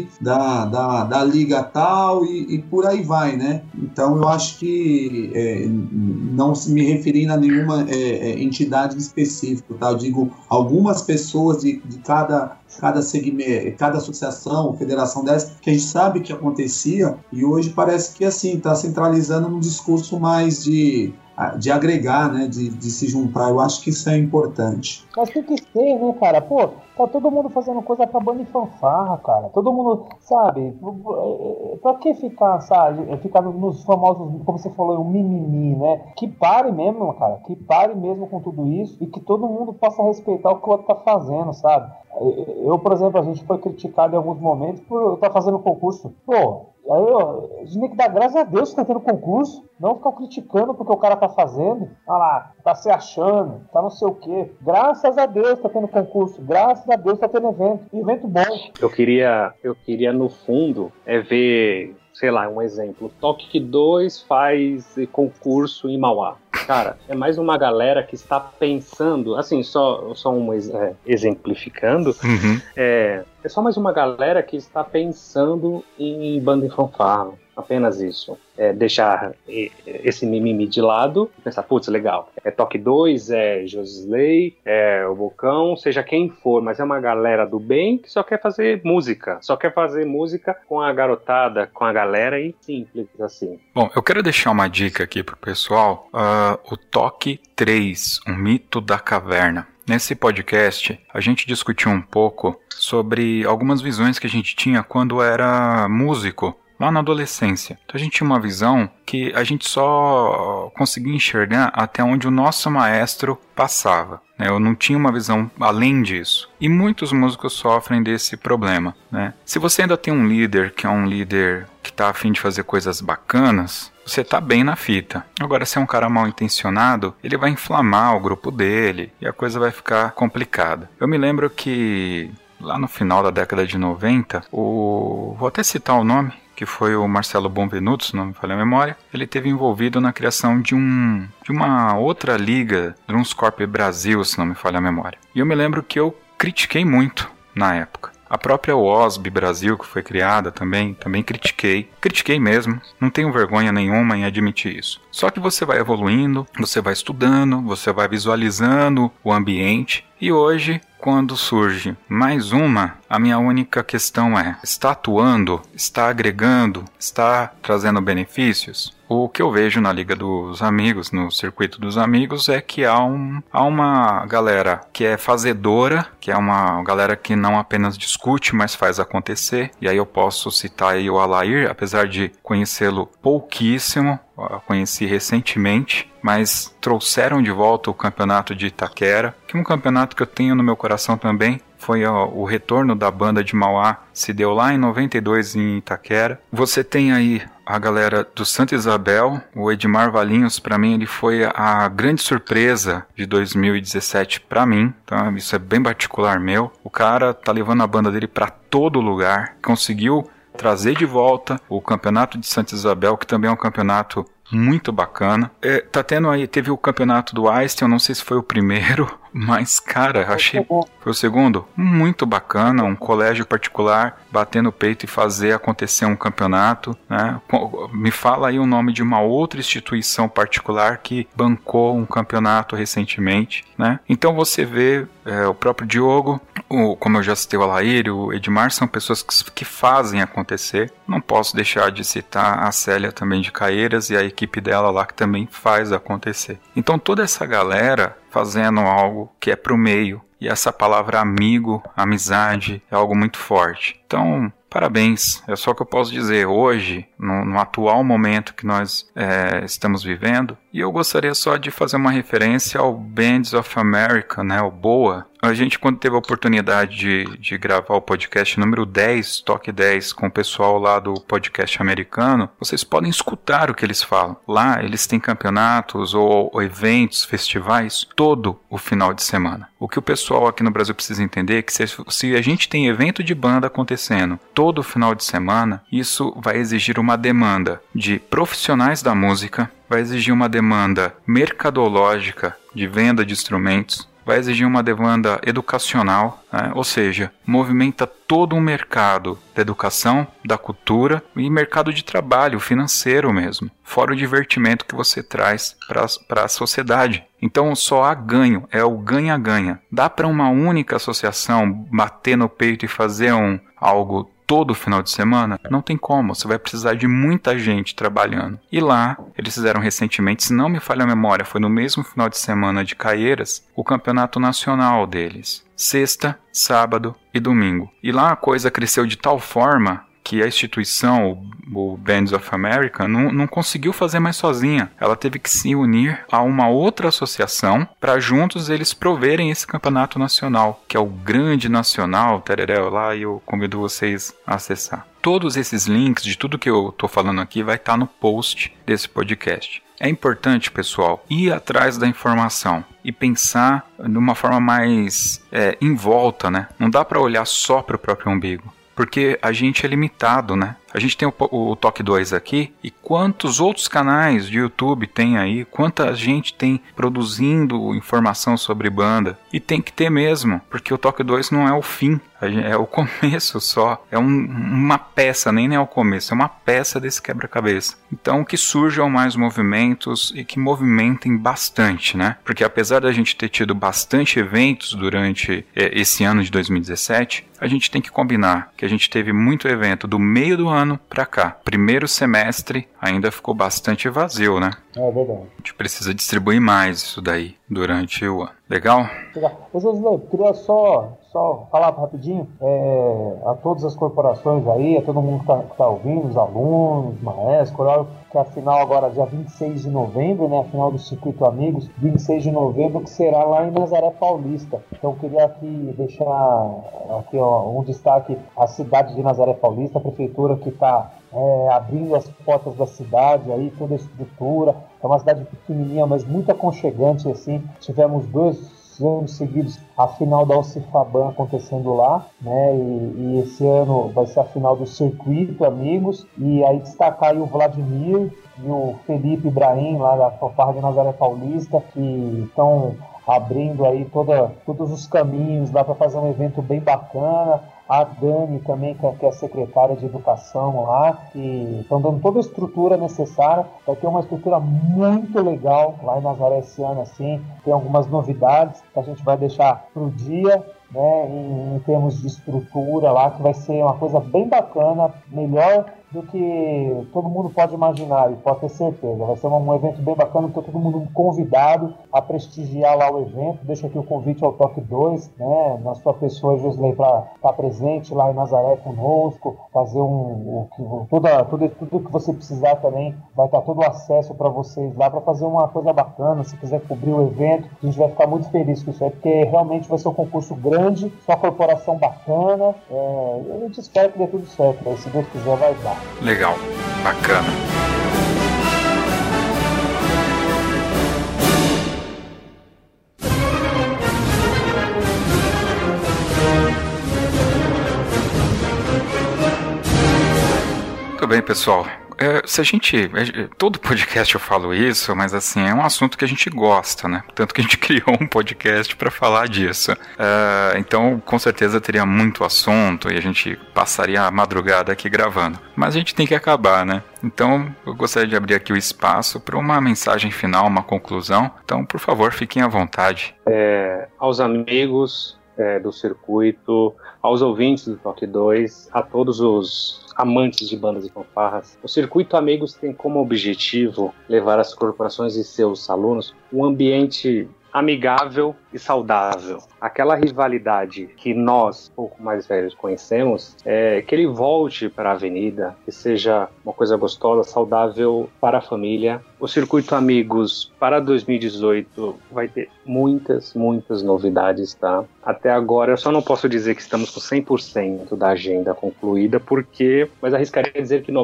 da liga tal e por aí vai, né? Então eu acho que não se me referindo a nenhuma entidade específica, tá? Eu digo algumas pessoas de cada segmento, cada associação, federação dessa, que a gente sabe que acontecia e hoje parece que assim está centralizando num discurso mais de agregar, né, de se juntar. Eu acho que isso é importante. Mas tem que ser, né, cara? Pô, tá todo mundo fazendo coisa pra banda e fanfarra, cara. Todo mundo, sabe? Pra que ficar, sabe? Ficar nos famosos, como você falou, um mimimi, né? Que pare mesmo, cara. Que pare mesmo com tudo isso e que todo mundo possa respeitar o que o outro tá fazendo, sabe? Eu, por exemplo, a gente foi criticado em alguns momentos por eu estar fazendo concurso. Pô, aí a gente tem que dar graças a Deus que tá tendo concurso, não ficar criticando porque o cara tá fazendo. Ah lá, tá se achando, tá não sei o quê. Graças a Deus tá tendo concurso, graças a Deus tá tendo evento bom. Eu queria no fundo, ver, sei lá, um exemplo. Toque 2 faz concurso em Mauá. Cara, é mais uma galera que está pensando, assim, só exemplificando, é só mais uma galera que está pensando em banda e fanfarra. Apenas isso. Deixar esse mimimi de lado e pensar, putz, legal. Toque 2, Josley, o Bocão, seja quem for, mas é uma galera do bem que só quer fazer música. Só quer fazer música com a garotada, com a galera e simples assim. Bom, eu quero deixar uma dica aqui pro pessoal. O Toque 3, um mito da caverna. Nesse podcast, a gente discutiu um pouco sobre algumas visões que a gente tinha quando era músico, lá na adolescência. Então a gente tinha uma visão que a gente só conseguia enxergar até onde o nosso maestro passava. Eu não tinha uma visão além disso. E muitos músicos sofrem desse problema, né? Se você ainda tem um líder que é um líder que está a fim de fazer coisas bacanas, você está bem na fita. Agora, se é um cara mal intencionado, ele vai inflamar o grupo dele e a coisa vai ficar complicada. Eu me lembro que lá no final da década de 90, vou até citar o nome, que foi o Marcelo Bonvenuto, se não me falha a memória, ele esteve envolvido na criação de uma outra liga, Drumscorp Brasil, se não me falha a memória. E eu me lembro que eu critiquei muito na época. A própria OSB Brasil, que foi criada também critiquei mesmo, não tenho vergonha nenhuma em admitir isso. Só que você vai evoluindo, você vai estudando, você vai visualizando o ambiente, e hoje, quando surge mais uma, a minha única questão é: está atuando? Está agregando? Está trazendo benefícios? O que eu vejo na Liga dos Amigos, no Circuito dos Amigos, é que há uma galera que é fazedora, que é uma galera que não apenas discute, mas faz acontecer. E aí eu posso citar aí o Alair, apesar de conhecê-lo pouquíssimo, conheci recentemente, mas trouxeram de volta o campeonato de Itaquera, que é um campeonato que eu tenho no meu coração também. Foi o retorno da banda de Mauá, se deu lá em 92 em Itaquera. Você tem aí a galera do Santa Isabel, o Edmar Valinhos, para mim ele foi a grande surpresa de 2017 para mim, então isso é bem particular meu. O cara tá levando a banda dele para todo lugar, conseguiu trazer de volta o campeonato de Santa Isabel, que também é um campeonato muito bacana. Teve o campeonato do Einstein, eu não sei se foi o primeiro, mas, cara, achei... Foi o segundo? Muito bacana, um colégio particular bater no peito e fazer acontecer um campeonato, né? Me fala aí o nome de uma outra instituição particular que bancou um campeonato recentemente, né? Então você vê o próprio Diogo, como eu já citei o Alair, o Edmar, são pessoas que fazem acontecer. Não posso deixar de citar a Célia também de Caeiras e a equipe dela lá que também faz acontecer. Então toda essa galera fazendo algo que é pro meio, e essa palavra amigo, amizade, é algo muito forte. Então, parabéns. É só o que eu posso dizer hoje, no atual momento que nós estamos vivendo. E eu gostaria só de fazer uma referência ao Bands of America, né, o BOA. A gente, quando teve a oportunidade de gravar o podcast número 10, Toque 10, com o pessoal lá do podcast americano, vocês podem escutar o que eles falam. Lá, eles têm campeonatos ou eventos, festivais, todo o final de semana. O que o pessoal aqui no Brasil precisa entender é que se a gente tem evento de banda acontecendo todo o final de semana, isso vai exigir uma demanda de profissionais da música, vai exigir uma demanda mercadológica de venda de instrumentos, vai exigir uma demanda educacional, né? Ou seja, movimenta todo um mercado da educação, da cultura e mercado de trabalho financeiro mesmo, fora o divertimento que você traz para a sociedade. Então só há ganho, é o ganha-ganha. Dá para uma única associação bater no peito e fazer algo todo final de semana? Não tem como, você vai precisar de muita gente trabalhando. E lá, eles fizeram recentemente, se não me falha a memória, foi no mesmo final de semana de Caieiras, o campeonato nacional deles. Sexta, sábado e domingo. E lá a coisa cresceu de tal forma que a instituição, o Bands of America, não conseguiu fazer mais sozinha. Ela teve que se unir a uma outra associação para juntos eles proverem esse campeonato nacional, que é o Grande Nacional, tereré, lá, e eu convido vocês a acessar. Todos esses links de tudo que eu estou falando aqui vai estar no post desse podcast. É importante, pessoal, ir atrás da informação e pensar de uma forma mais em volta, né? Não dá para olhar só para o próprio umbigo. Porque a gente é limitado, né? A gente tem o Toque 2 aqui, e quantos outros canais de YouTube tem aí? Quanta gente tem produzindo informação sobre banda? E tem que ter mesmo, porque o Toque 2 não é o fim, é o começo só. É uma peça, nem é o começo, é uma peça desse quebra-cabeça. Então que surjam mais movimentos e que movimentem bastante, né? Porque apesar da gente ter tido bastante eventos durante esse ano de 2017, a gente tem que combinar que a gente teve muito evento do meio do ano para cá. Primeiro semestre ainda ficou bastante vazio, né? É verdade. A gente precisa distribuir mais isso daí durante o ano. Legal? Ô Josilei, queria só falar rapidinho a todas as corporações aí, a todo mundo que tá ouvindo, os alunos, maestros, que a final agora, dia 26 de novembro, né, a final do Circuito Amigos, 26 de novembro, que será lá em Nazaré Paulista. Então queria aqui deixar aqui, um destaque à cidade de Nazaré Paulista, a prefeitura que está abrindo as portas da cidade, aí toda a estrutura. É uma cidade pequenininha, mas muito aconchegante, assim. Tivemos 2 anos seguidos a final da Alcifaban acontecendo lá, né? E esse ano vai ser a final do Circuito Amigos. E aí destacar aí o Vladimir e o Felipe Ibrahim, lá da fanfarra de Nazaré Paulista, que estão abrindo aí todos os caminhos lá para fazer um evento bem bacana. A Dani também, que é a secretária de educação lá, que estão dando toda a estrutura necessária. Vai ter uma estrutura muito legal lá em Nazaré esse ano, assim. Tem algumas novidades que a gente vai deixar pro dia, né, em termos de estrutura lá, que vai ser uma coisa bem bacana, melhor do que todo mundo pode imaginar, e pode ter certeza. Vai ser um evento bem bacana, então todo mundo convidado a prestigiar lá o evento. Deixa aqui o convite ao Toque 2, né, na sua pessoa, Josilei, para estar presente lá em Nazaré conosco, fazer tudo que você precisar também, vai estar todo o acesso para vocês lá, para fazer uma coisa bacana. Se quiser cobrir o evento, a gente vai ficar muito feliz com isso aí, porque realmente vai ser um concurso grande, só corporação bacana, e a gente espera que dê tudo certo, né? Se Deus quiser, vai dar. Legal, bacana. Muito bem, pessoal. Se a gente... Todo podcast eu falo isso, mas assim, é um assunto que a gente gosta, né? Tanto que a gente criou um podcast para falar disso. Então, com certeza teria muito assunto e a gente passaria a madrugada aqui gravando. Mas a gente tem que acabar, né? Então, eu gostaria de abrir aqui o espaço para uma mensagem final, uma conclusão. Então, por favor, fiquem à vontade. Aos amigos do circuito, aos ouvintes do Toque 2, a todos os amantes de bandas e fanfarras, o Circuito Amigos tem como objetivo levar às corporações e seus alunos um ambiente amigável e saudável. Aquela rivalidade que nós, um pouco mais velhos, conhecemos, que ele volte para a avenida, que seja uma coisa gostosa, saudável para a família. O Circuito Amigos para 2018 vai ter muitas novidades, tá? Até agora eu só não posso dizer que estamos com 100% da agenda concluída, mas arriscaria dizer que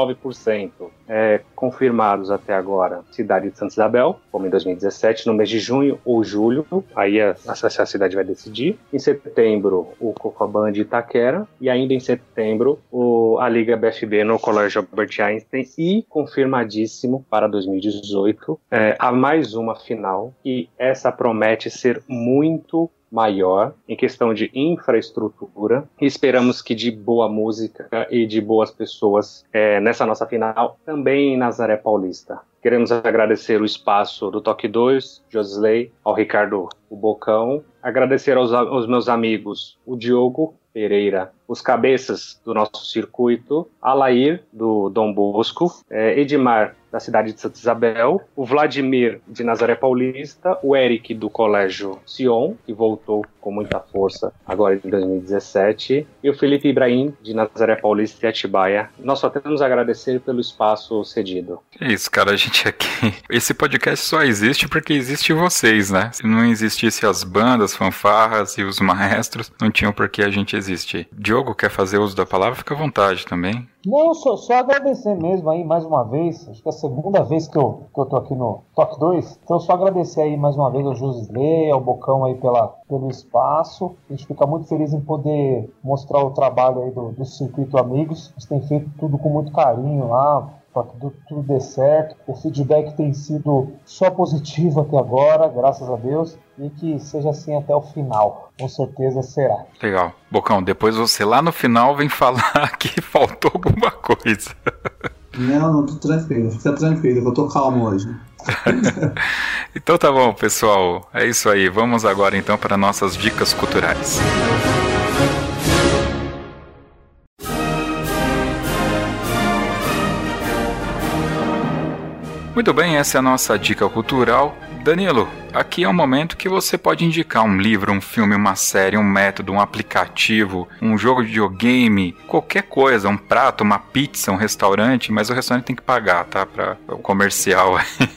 99% confirmados até agora. Cidade de Santa Isabel, como em 2017, no mês de junho ou julho, aí a cidade vai decidir. Em setembro, o Cofaband de Itaquera, e ainda em setembro, a Liga BFB no Colégio Albert Einstein, e confirmadíssimo para 2018, há mais uma final, e essa promete ser muito maior em questão de infraestrutura, e esperamos que de boa música e de boas pessoas nessa nossa final, também em Nazaré Paulista. Queremos agradecer o espaço do Toque 2, Josley, ao Ricardo, o Bocão, agradecer aos meus amigos, o Diogo Pereira, os cabeças do nosso circuito, Alair, do Dom Bosco, Edmar, da cidade de Santa Isabel, o Vladimir, de Nazaré Paulista, o Eric, do Colégio Sion, que voltou com muita força agora em 2017, e o Felipe Ibrahim, de Nazaré Paulista e Atibaia. Nós só temos a agradecer pelo espaço cedido. É isso, cara, a gente aqui... Esse podcast só existe porque existe vocês, né? Se não existisse as bandas, fanfarras e os maestros, não tinham por que a gente existir. Diogo, quer fazer uso da palavra? Fica à vontade também. Não, só agradecer mesmo aí mais uma vez. Acho que é a segunda vez que eu tô aqui no Toque 2. Então só agradecer aí mais uma vez ao Josley, ao Bocão aí pelo espaço. A gente fica muito feliz em poder mostrar o trabalho aí do Circuito Amigos. A gente tem feito tudo com muito carinho lá, para que tudo dê certo. O feedback tem sido só positivo até agora, graças a Deus, e que seja assim até o final. Com certeza será. Legal. Bocão, depois você lá no final vem falar que faltou alguma coisa. Não, tô tranquilo. Fica tranquilo, eu tô calmo hoje. Então tá bom, pessoal. É isso aí. Vamos agora então para nossas dicas culturais. Muito bem, essa é a nossa dica cultural. Danilo, aqui é um momento que você pode indicar um livro, um filme, uma série, um método, um aplicativo, um jogo de videogame, qualquer coisa, um prato, uma pizza, um restaurante, mas o restaurante tem que pagar, tá? Para o comercial.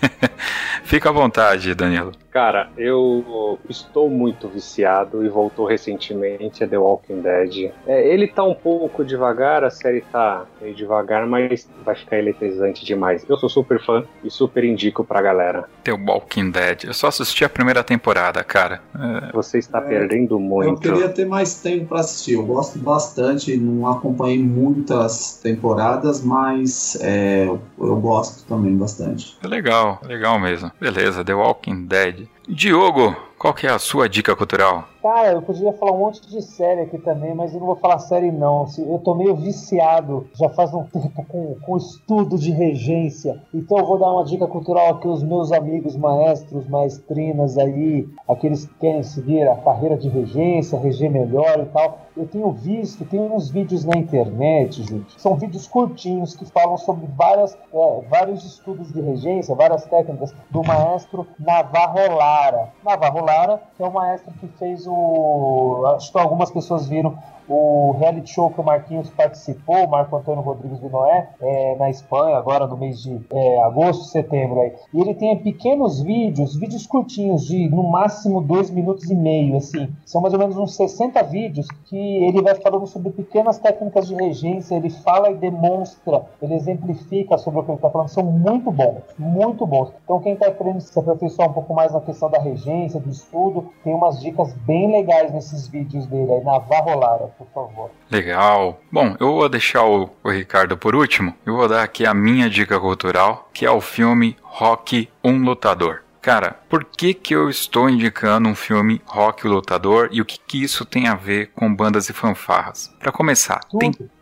Fica à vontade, Danilo. Cara, eu estou muito viciado e voltou recentemente a The Walking Dead. Ele tá um pouco devagar, a série tá meio devagar, mas vai ficar eletrizante demais. Eu sou super fã e super indico pra galera. The Walking Dead. Eu só assisti a primeira temporada, cara. Você está perdendo muito. Eu queria ter mais tempo pra assistir. Eu gosto bastante, não acompanhei muitas temporadas, mas eu gosto também bastante. Legal mesmo. Beleza, The Walking Dead. Diogo, qual que é a sua dica cultural? Cara, eu podia falar um monte de série aqui também, mas eu não vou falar série não. Eu tô meio viciado já faz um tempo com estudo de regência. Então eu vou dar uma dica cultural aqui aos meus amigos maestros, maestrinas aí, aqueles que querem seguir a carreira de regência, reger melhor e tal. Eu tenho visto, tem uns vídeos na internet, gente. São vídeos curtinhos que falam sobre vários estudos de regência, várias técnicas do maestro Navarro Lara. Navarro Lara, que é o maestro que fez acho que algumas pessoas viram o reality show que o Marquinhos participou, o Marco Antônio Rodrigues de Noé, na Espanha, agora no mês de agosto, setembro. Aí. E ele tem pequenos vídeos curtinhos, de no máximo 2,5 minutos, assim. São mais ou menos uns 60 vídeos que ele vai falando sobre pequenas técnicas de regência, ele fala e demonstra, ele exemplifica sobre o que ele está falando. São muito bons, muito bons. Então quem está querendo se aperfeiçoar um pouco mais na questão da regência, do estudo, tem umas dicas bem legais nesses vídeos dele aí, Navarro Lara. Por favor. Legal. Bom, eu vou deixar o Ricardo por último. Eu vou dar aqui a minha dica cultural, que é o filme Rocky, um Lutador. Cara, por que eu estou indicando um filme Rocky, o Lutador, e o que isso tem a ver com bandas e fanfarras? Para começar,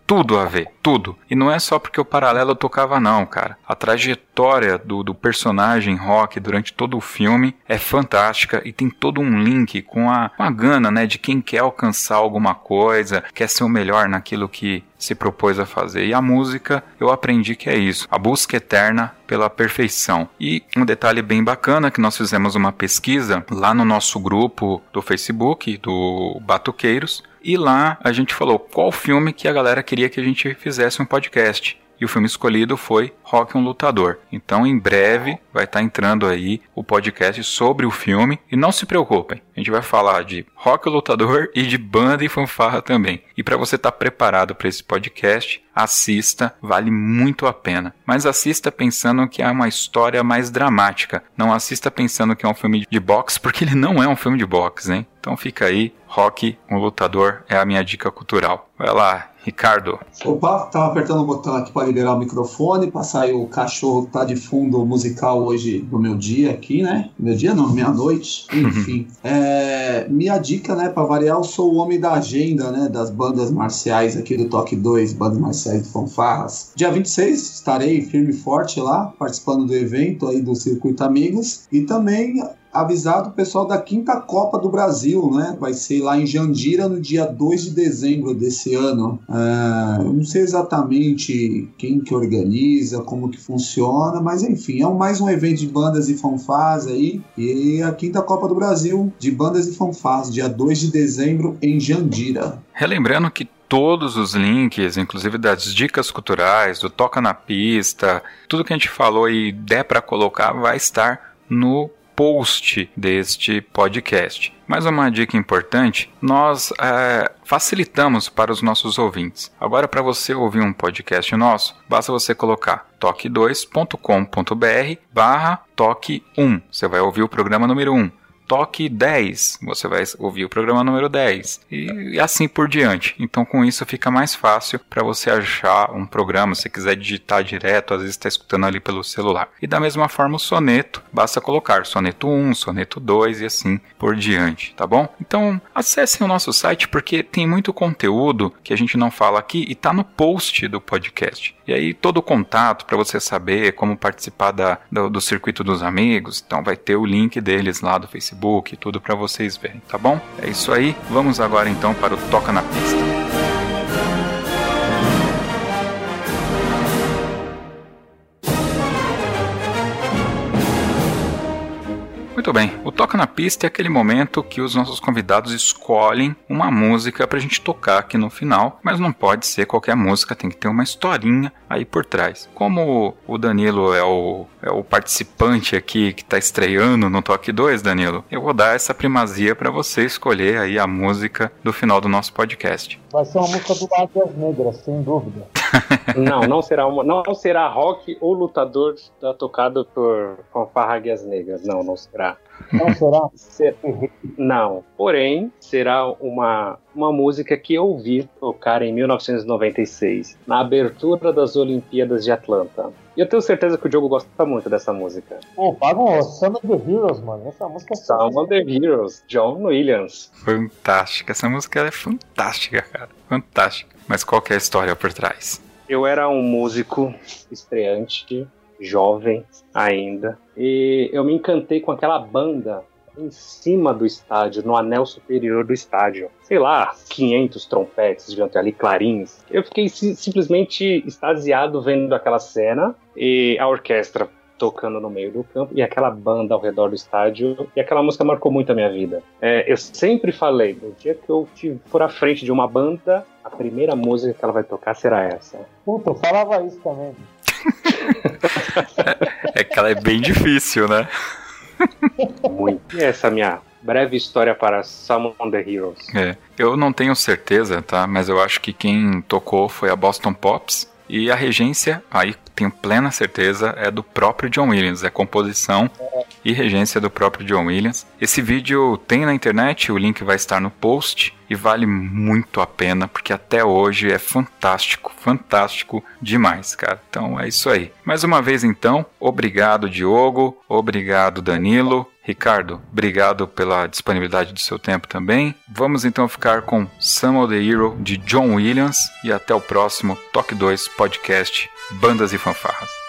tudo a ver, tudo. E não é só porque o Paralelo tocava não, cara. A trajetória do personagem Rock durante todo o filme é fantástica e tem todo um link com a gana, né, de quem quer alcançar alguma coisa, quer ser o melhor naquilo que se propôs a fazer. E a música, eu aprendi que é isso, a busca eterna pela perfeição. E um detalhe bem bacana, que nós fizemos uma pesquisa lá no nosso grupo do Facebook, do Batuqueiros, e lá a gente falou qual filme que a galera queria que a gente fizesse um podcast. E o filme escolhido foi Rock um Lutador. Então, em breve, vai estar entrando aí o podcast sobre o filme. E não se preocupem, a gente vai falar de Rock um Lutador e de banda e fanfarra também. E para você estar preparado para esse podcast, assista, vale muito a pena. Mas assista pensando que é uma história mais dramática. Não assista pensando que é um filme de boxe, porque ele não é um filme de boxe, né? Então fica aí, Rock um Lutador é a minha dica cultural. Vai lá, Ricardo. Opa, tava apertando o botão aqui para liberar o microfone, para sair o cachorro que tá de fundo musical hoje no meu dia aqui, né? Meu dia não, meia-noite, enfim. Minha dica, né, para variar, eu sou o homem da agenda, né, das bandas marciais aqui do Toque 2, bandas marciais de fanfarras. Dia 26 estarei firme e forte lá, participando do evento aí do Circuito Amigos, e também avisado o pessoal da 5ª Copa do Brasil, né? Vai ser lá em Jandira no dia 2 de dezembro desse ano. Eu não sei exatamente quem que organiza, como que funciona, mas enfim, é mais um evento de bandas e fanfarras aí. E a 5ª Copa do Brasil de bandas e fanfarras, dia 2 de dezembro em Jandira. Relembrando que todos os links, inclusive das dicas culturais, do Toca na Pista, tudo que a gente falou e der para colocar vai estar no post deste podcast. Mais uma dica importante, nós facilitamos para os nossos ouvintes. Agora, para você ouvir um podcast nosso, basta você colocar toque2.com.br/toque1. Você vai ouvir o programa número 1. Toque 10, você vai ouvir o programa número 10 e assim por diante. Então com isso fica mais fácil para você achar um programa, se quiser digitar direto, às vezes está escutando ali pelo celular. E da mesma forma o soneto, basta colocar soneto 1, soneto 2 e assim por diante, tá bom? Então acessem o nosso site porque tem muito conteúdo que a gente não fala aqui e está no post do podcast. E aí todo o contato para você saber como participar do Circuito dos Amigos, então vai ter o link deles lá do Facebook, tudo para vocês verem, tá bom? É isso aí, vamos agora então para o Toca na Pista. Muito bem, o Toca na Pista é aquele momento que os nossos convidados escolhem uma música pra gente tocar aqui no final, mas não pode ser qualquer música, tem que ter uma historinha aí por trás. Como o Danilo é o participante aqui que tá estreando no Toque 2, Danilo, eu vou dar essa primazia pra você escolher aí a música do final do nosso podcast. Vai ser uma música do Águias Negras, sem dúvida. Não será Rock ou Lutador tocado por fanfarra Águias Negras. Não será. Não será? Não. Porém, será uma música que eu ouvi tocar em 1996, na abertura das Olimpíadas de Atlanta. E eu tenho certeza que o Diogo gosta muito dessa música. Pô, paga Summer the Heroes, mano. Essa música é Summer the Heroes, John Williams. Fantástica. Essa música é fantástica, cara. Fantástica. Mas qual que é a história por trás? Eu era um músico estreante, jovem ainda, e eu me encantei com aquela banda em cima do estádio, no anel superior do estádio. Sei lá, 500 trompetes, deviam ter ali clarins. Eu fiquei simplesmente extasiado vendo aquela cena e a orquestra tocando no meio do campo e aquela banda ao redor do estádio, e aquela música marcou muito a minha vida. Eu sempre falei, no dia que eu for à frente de uma banda, a primeira música que ela vai tocar será essa. Puta, eu falava isso também. É que ela é bem difícil, né? Muito. E essa é a minha breve história para Summon the Heroes. Eu não tenho certeza, tá? Mas eu acho que quem tocou foi a Boston Pops. E a regência, aí tenho plena certeza, é do próprio John Williams. É composição e regência do próprio John Williams. Esse vídeo tem na internet, o link vai estar no post. E vale muito a pena, porque até hoje é fantástico, fantástico demais, cara. Então é isso aí. Mais uma vez então, obrigado Diogo, obrigado Danilo. Ricardo, obrigado pela disponibilidade do seu tempo também. Vamos então ficar com Some of the Hero de John Williams e até o próximo Toque 2 Podcast Bandas e Fanfarras.